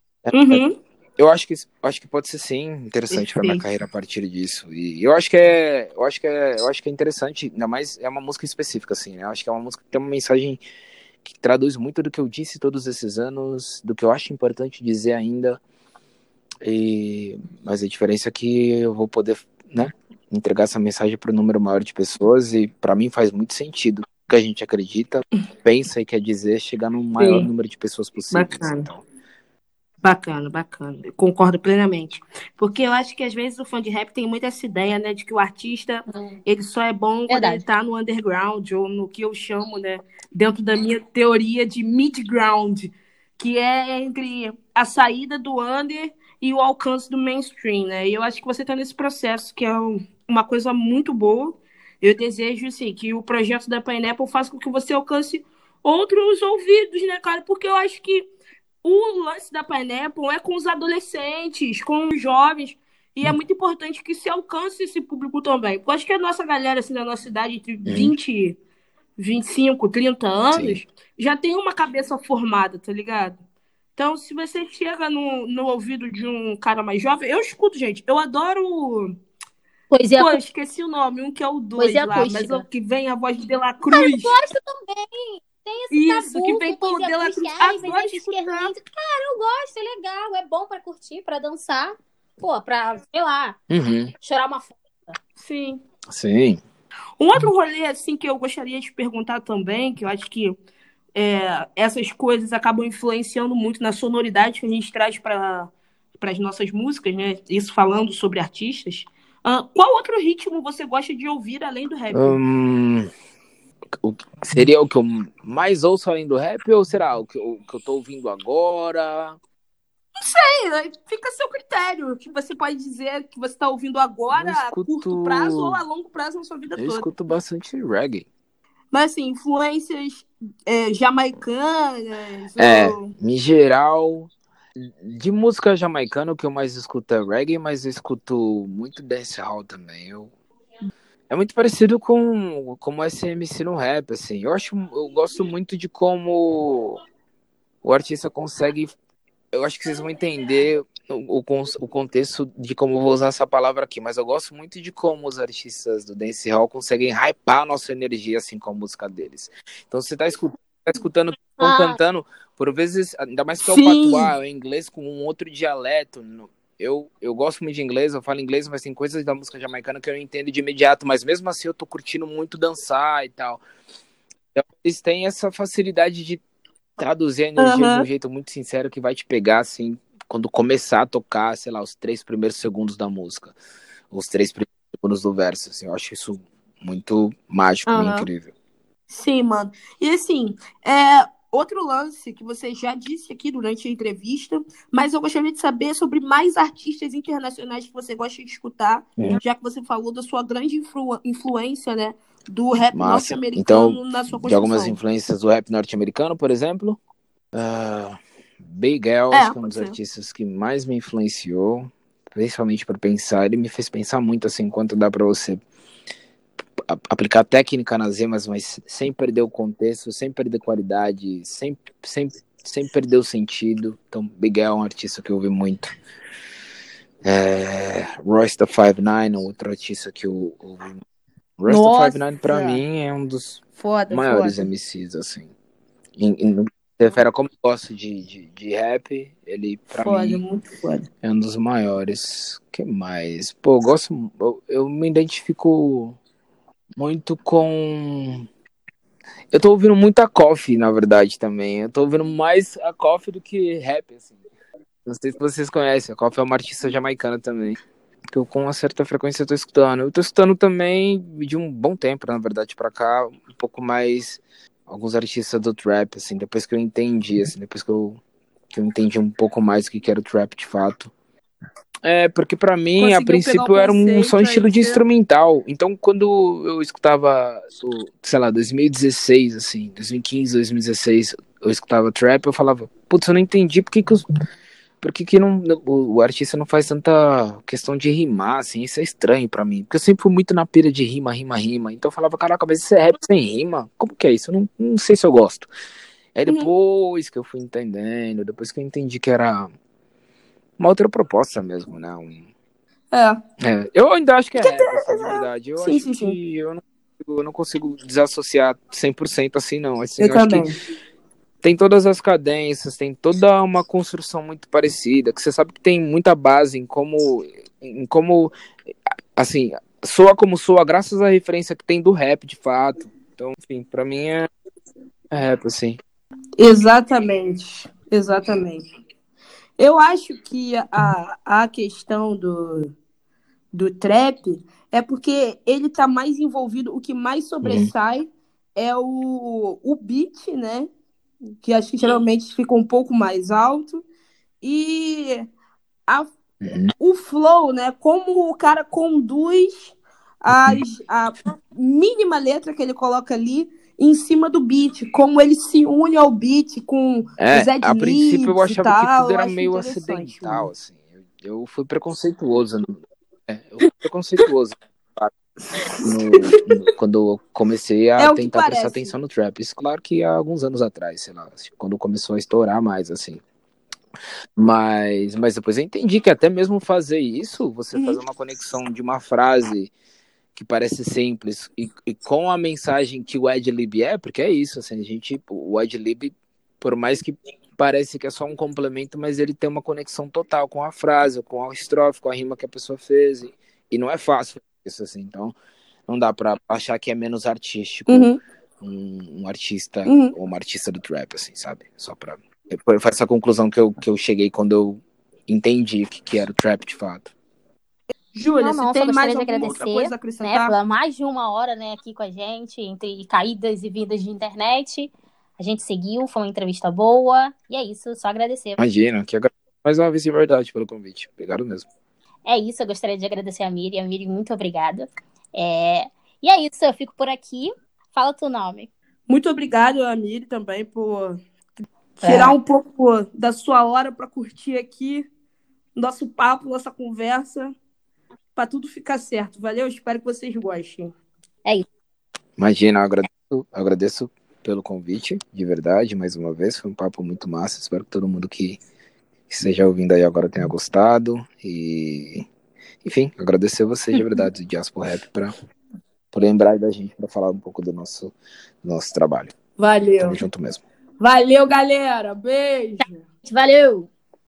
eu acho que pode ser, sim, interessante para minha carreira a partir disso, e eu acho que é interessante, ainda mais, é uma música específica, assim, né? Eu acho que é uma música que tem uma mensagem que traduz muito do que eu disse todos esses anos, do que eu acho importante dizer ainda, mas a diferença é que eu vou poder, né, entregar essa mensagem para um número maior de pessoas, e para mim faz muito sentido. O que a gente acredita, pensa e quer dizer chegar no maior número de pessoas possível. Então. Bacana. Eu concordo plenamente. Porque eu acho que às vezes o fã de rap tem muito essa ideia, né, de que o artista ele só é bom quando ele tá no underground, ou no que eu chamo, né, dentro da minha teoria de mid-ground, que é entre a saída do under e o alcance do mainstream, né? E eu acho que você tá nesse processo, que é uma coisa muito boa. Eu desejo, assim, que o projeto da Pineapple faça com que você alcance outros ouvidos, né, cara? Porque eu acho que o lance da Pineapple é com os adolescentes, com os jovens, e é muito importante que se alcance esse público também. Porque eu acho que a nossa galera, assim, da nossa idade, entre 20, 25, 30 anos, já tem uma cabeça formada, tá ligado? Então, se você chega no ouvido de um cara mais jovem, eu escuto, gente, eu adoro... Esqueci o nome, um que é o 2 lá, acústica. mas o que vem a voz de De La Cruz. Eu gosto também. Tem esse Isso, tabu que vem com pelo poesia De La acústica. Cruz. Ai, mas Adoro gente que é escutar. ruim. Cara, eu gosto, é legal, é bom pra curtir, pra dançar. Pô, pra, sei lá, Uhum. chorar uma foto. Sim. Sim. Um outro rolê, assim, que eu gostaria de perguntar também, que eu acho que essas coisas acabam influenciando muito na sonoridade que a gente traz para as nossas músicas, né? Isso falando sobre artistas. Qual outro ritmo você gosta de ouvir além do rap? Seria o que eu mais ouço além do rap ou será o que eu tô ouvindo agora? Fica a seu critério, que você pode dizer que você está ouvindo agora, a curto Eu prazo ou a longo prazo na sua vida toda. escuto bastante reggae. Mas assim, influências jamaicanas. Em geral, de música jamaicana, o que eu mais escuto é reggae, mas eu escuto muito dancehall também. É muito parecido com como SMC no rap, assim. Eu gosto muito de como o artista consegue. Eu acho que vocês vão entender o contexto de como eu vou usar essa palavra aqui, mas eu gosto muito de como os artistas do dancehall conseguem hypar a nossa energia, assim, com a música deles. Então você tá escutando, estão cantando, por vezes, ainda mais que é o patuá, é inglês com um outro dialeto. Eu gosto muito de inglês, eu falo inglês, mas tem coisas da música jamaicana que eu não entendo de imediato, mas mesmo assim eu tô curtindo muito dançar e tal. Então, eles têm essa facilidade de traduzir a energia de um jeito muito sincero que vai te pegar, assim, quando começar a tocar, sei lá, os 3 primeiros segundos da música, os 3 primeiros segundos do verso, assim, eu acho isso muito mágico e incrível. Sim, mano. E assim, outro lance que você já disse aqui durante a entrevista, mas eu gostaria de saber sobre mais artistas internacionais que você gosta de escutar, já que você falou da sua grande influência, né, do rap norte-americano na sua construção. De algumas influências do rap norte-americano, por exemplo, Big L, acho que é um dos artistas que mais me influenciou, principalmente para pensar. Ele me fez pensar muito, assim, enquanto dá para você aplicar técnica nas rimas, mas sem perder o contexto, sem perder qualidade, sem perder o sentido. Então, Big L é um artista que eu ouvi muito. Royce da 5'9", outro artista que eu ouvi. Royce da 5'9", pra mim, é um dos maiores MCs, assim. Refere como eu gosto de rap, ele, pra mim, muito foda. é um dos maiores. O que mais? Pô, eu me identifico muito com... Eu tô ouvindo muita Coffee, na verdade, também. Eu tô ouvindo mais a Coffee do que rap, assim. Não sei se vocês conhecem, a Coffee é uma artista jamaicana também, que eu com uma certa frequência tô escutando. Eu tô escutando também de um bom tempo, na verdade, pra cá, um pouco mais alguns artistas do trap, assim, depois que eu entendi, assim, depois que eu entendi um pouco mais o que era o trap de fato. Porque pra mim, a princípio, era só um estilo de instrumental. Então, quando eu escutava, sei lá, 2016, assim, 2015, 2016, eu escutava trap, eu falava, putz, eu não entendi por que não, o artista não faz tanta questão de rimar, assim, isso é estranho pra mim. Porque eu sempre fui muito na pira de rima. Então eu falava, caraca, mas isso é rap sem rima? Como que é isso? Eu não sei se eu gosto. Aí depois que eu fui entendendo, depois que eu entendi que era uma outra proposta mesmo, né? Eu ainda acho que é rap, assim, de verdade. Eu acho que eu não consigo desassociar 100% assim, não. Assim, eu acho que tem todas as cadências, tem toda uma construção muito parecida, que você sabe que tem muita base em como assim, soa como soa, graças à referência que tem do rap, de fato. Então, enfim, pra mim é rap, assim. Exatamente. Eu acho que a questão do trap é porque ele tá mais envolvido, o que mais sobressai é o beat, né? Que acho que geralmente fica um pouco mais alto. E o flow, né? Como o cara conduz a mínima letra que ele coloca ali em cima do beat, como ele se une ao beat com os adlibs. A princípio eu achava que tudo era meio acidental, mano. Assim. Eu fui preconceituoso. Eu fui preconceituoso. Quando eu comecei a tentar prestar atenção no trap. Isso, claro que há alguns anos atrás, sei lá, quando começou a estourar mais, assim. Mas depois eu entendi que até mesmo fazer isso, você fazer uma conexão de uma frase que parece simples, e com a mensagem que o ad-lib é, porque é isso, assim, o ad-lib, por mais que parece que é só um complemento, mas ele tem uma conexão total com a frase, com a estrofe, com a rima que a pessoa fez, e não é fácil isso, assim, então não dá pra achar que é menos artístico um artista ou uma artista do trap, assim, sabe? Só pra... Foi essa conclusão que eu cheguei quando eu entendi o que era o trap de fato. Júlia, você tem mais gostaria de alguma outra coisa a acrescentar? Né, mais de uma hora, né, aqui com a gente, entre caídas e vindas de internet. A gente seguiu, foi uma entrevista boa. E é isso, só agradecer. Imagina, que agradeço mais uma vez de verdade pelo convite. Obrigado mesmo. É isso, eu gostaria de agradecer a Miri. Miri, muito obrigada. E é isso, eu fico por aqui. Fala teu nome. Muito obrigado, Miri, também, por tirar um pouco da sua hora para curtir aqui nosso papo, nossa conversa, para tudo ficar certo. Valeu? Espero que vocês gostem. É isso. Imagina, eu agradeço pelo convite, de verdade, mais uma vez. Foi um papo muito massa. Espero que todo mundo que esteja ouvindo aí agora tenha gostado. E, enfim, agradecer você de verdade, do Diaspora Rap, por lembrar da gente, para falar um pouco do nosso trabalho. Valeu. Tamo junto mesmo. Valeu, galera. Beijo. Valeu.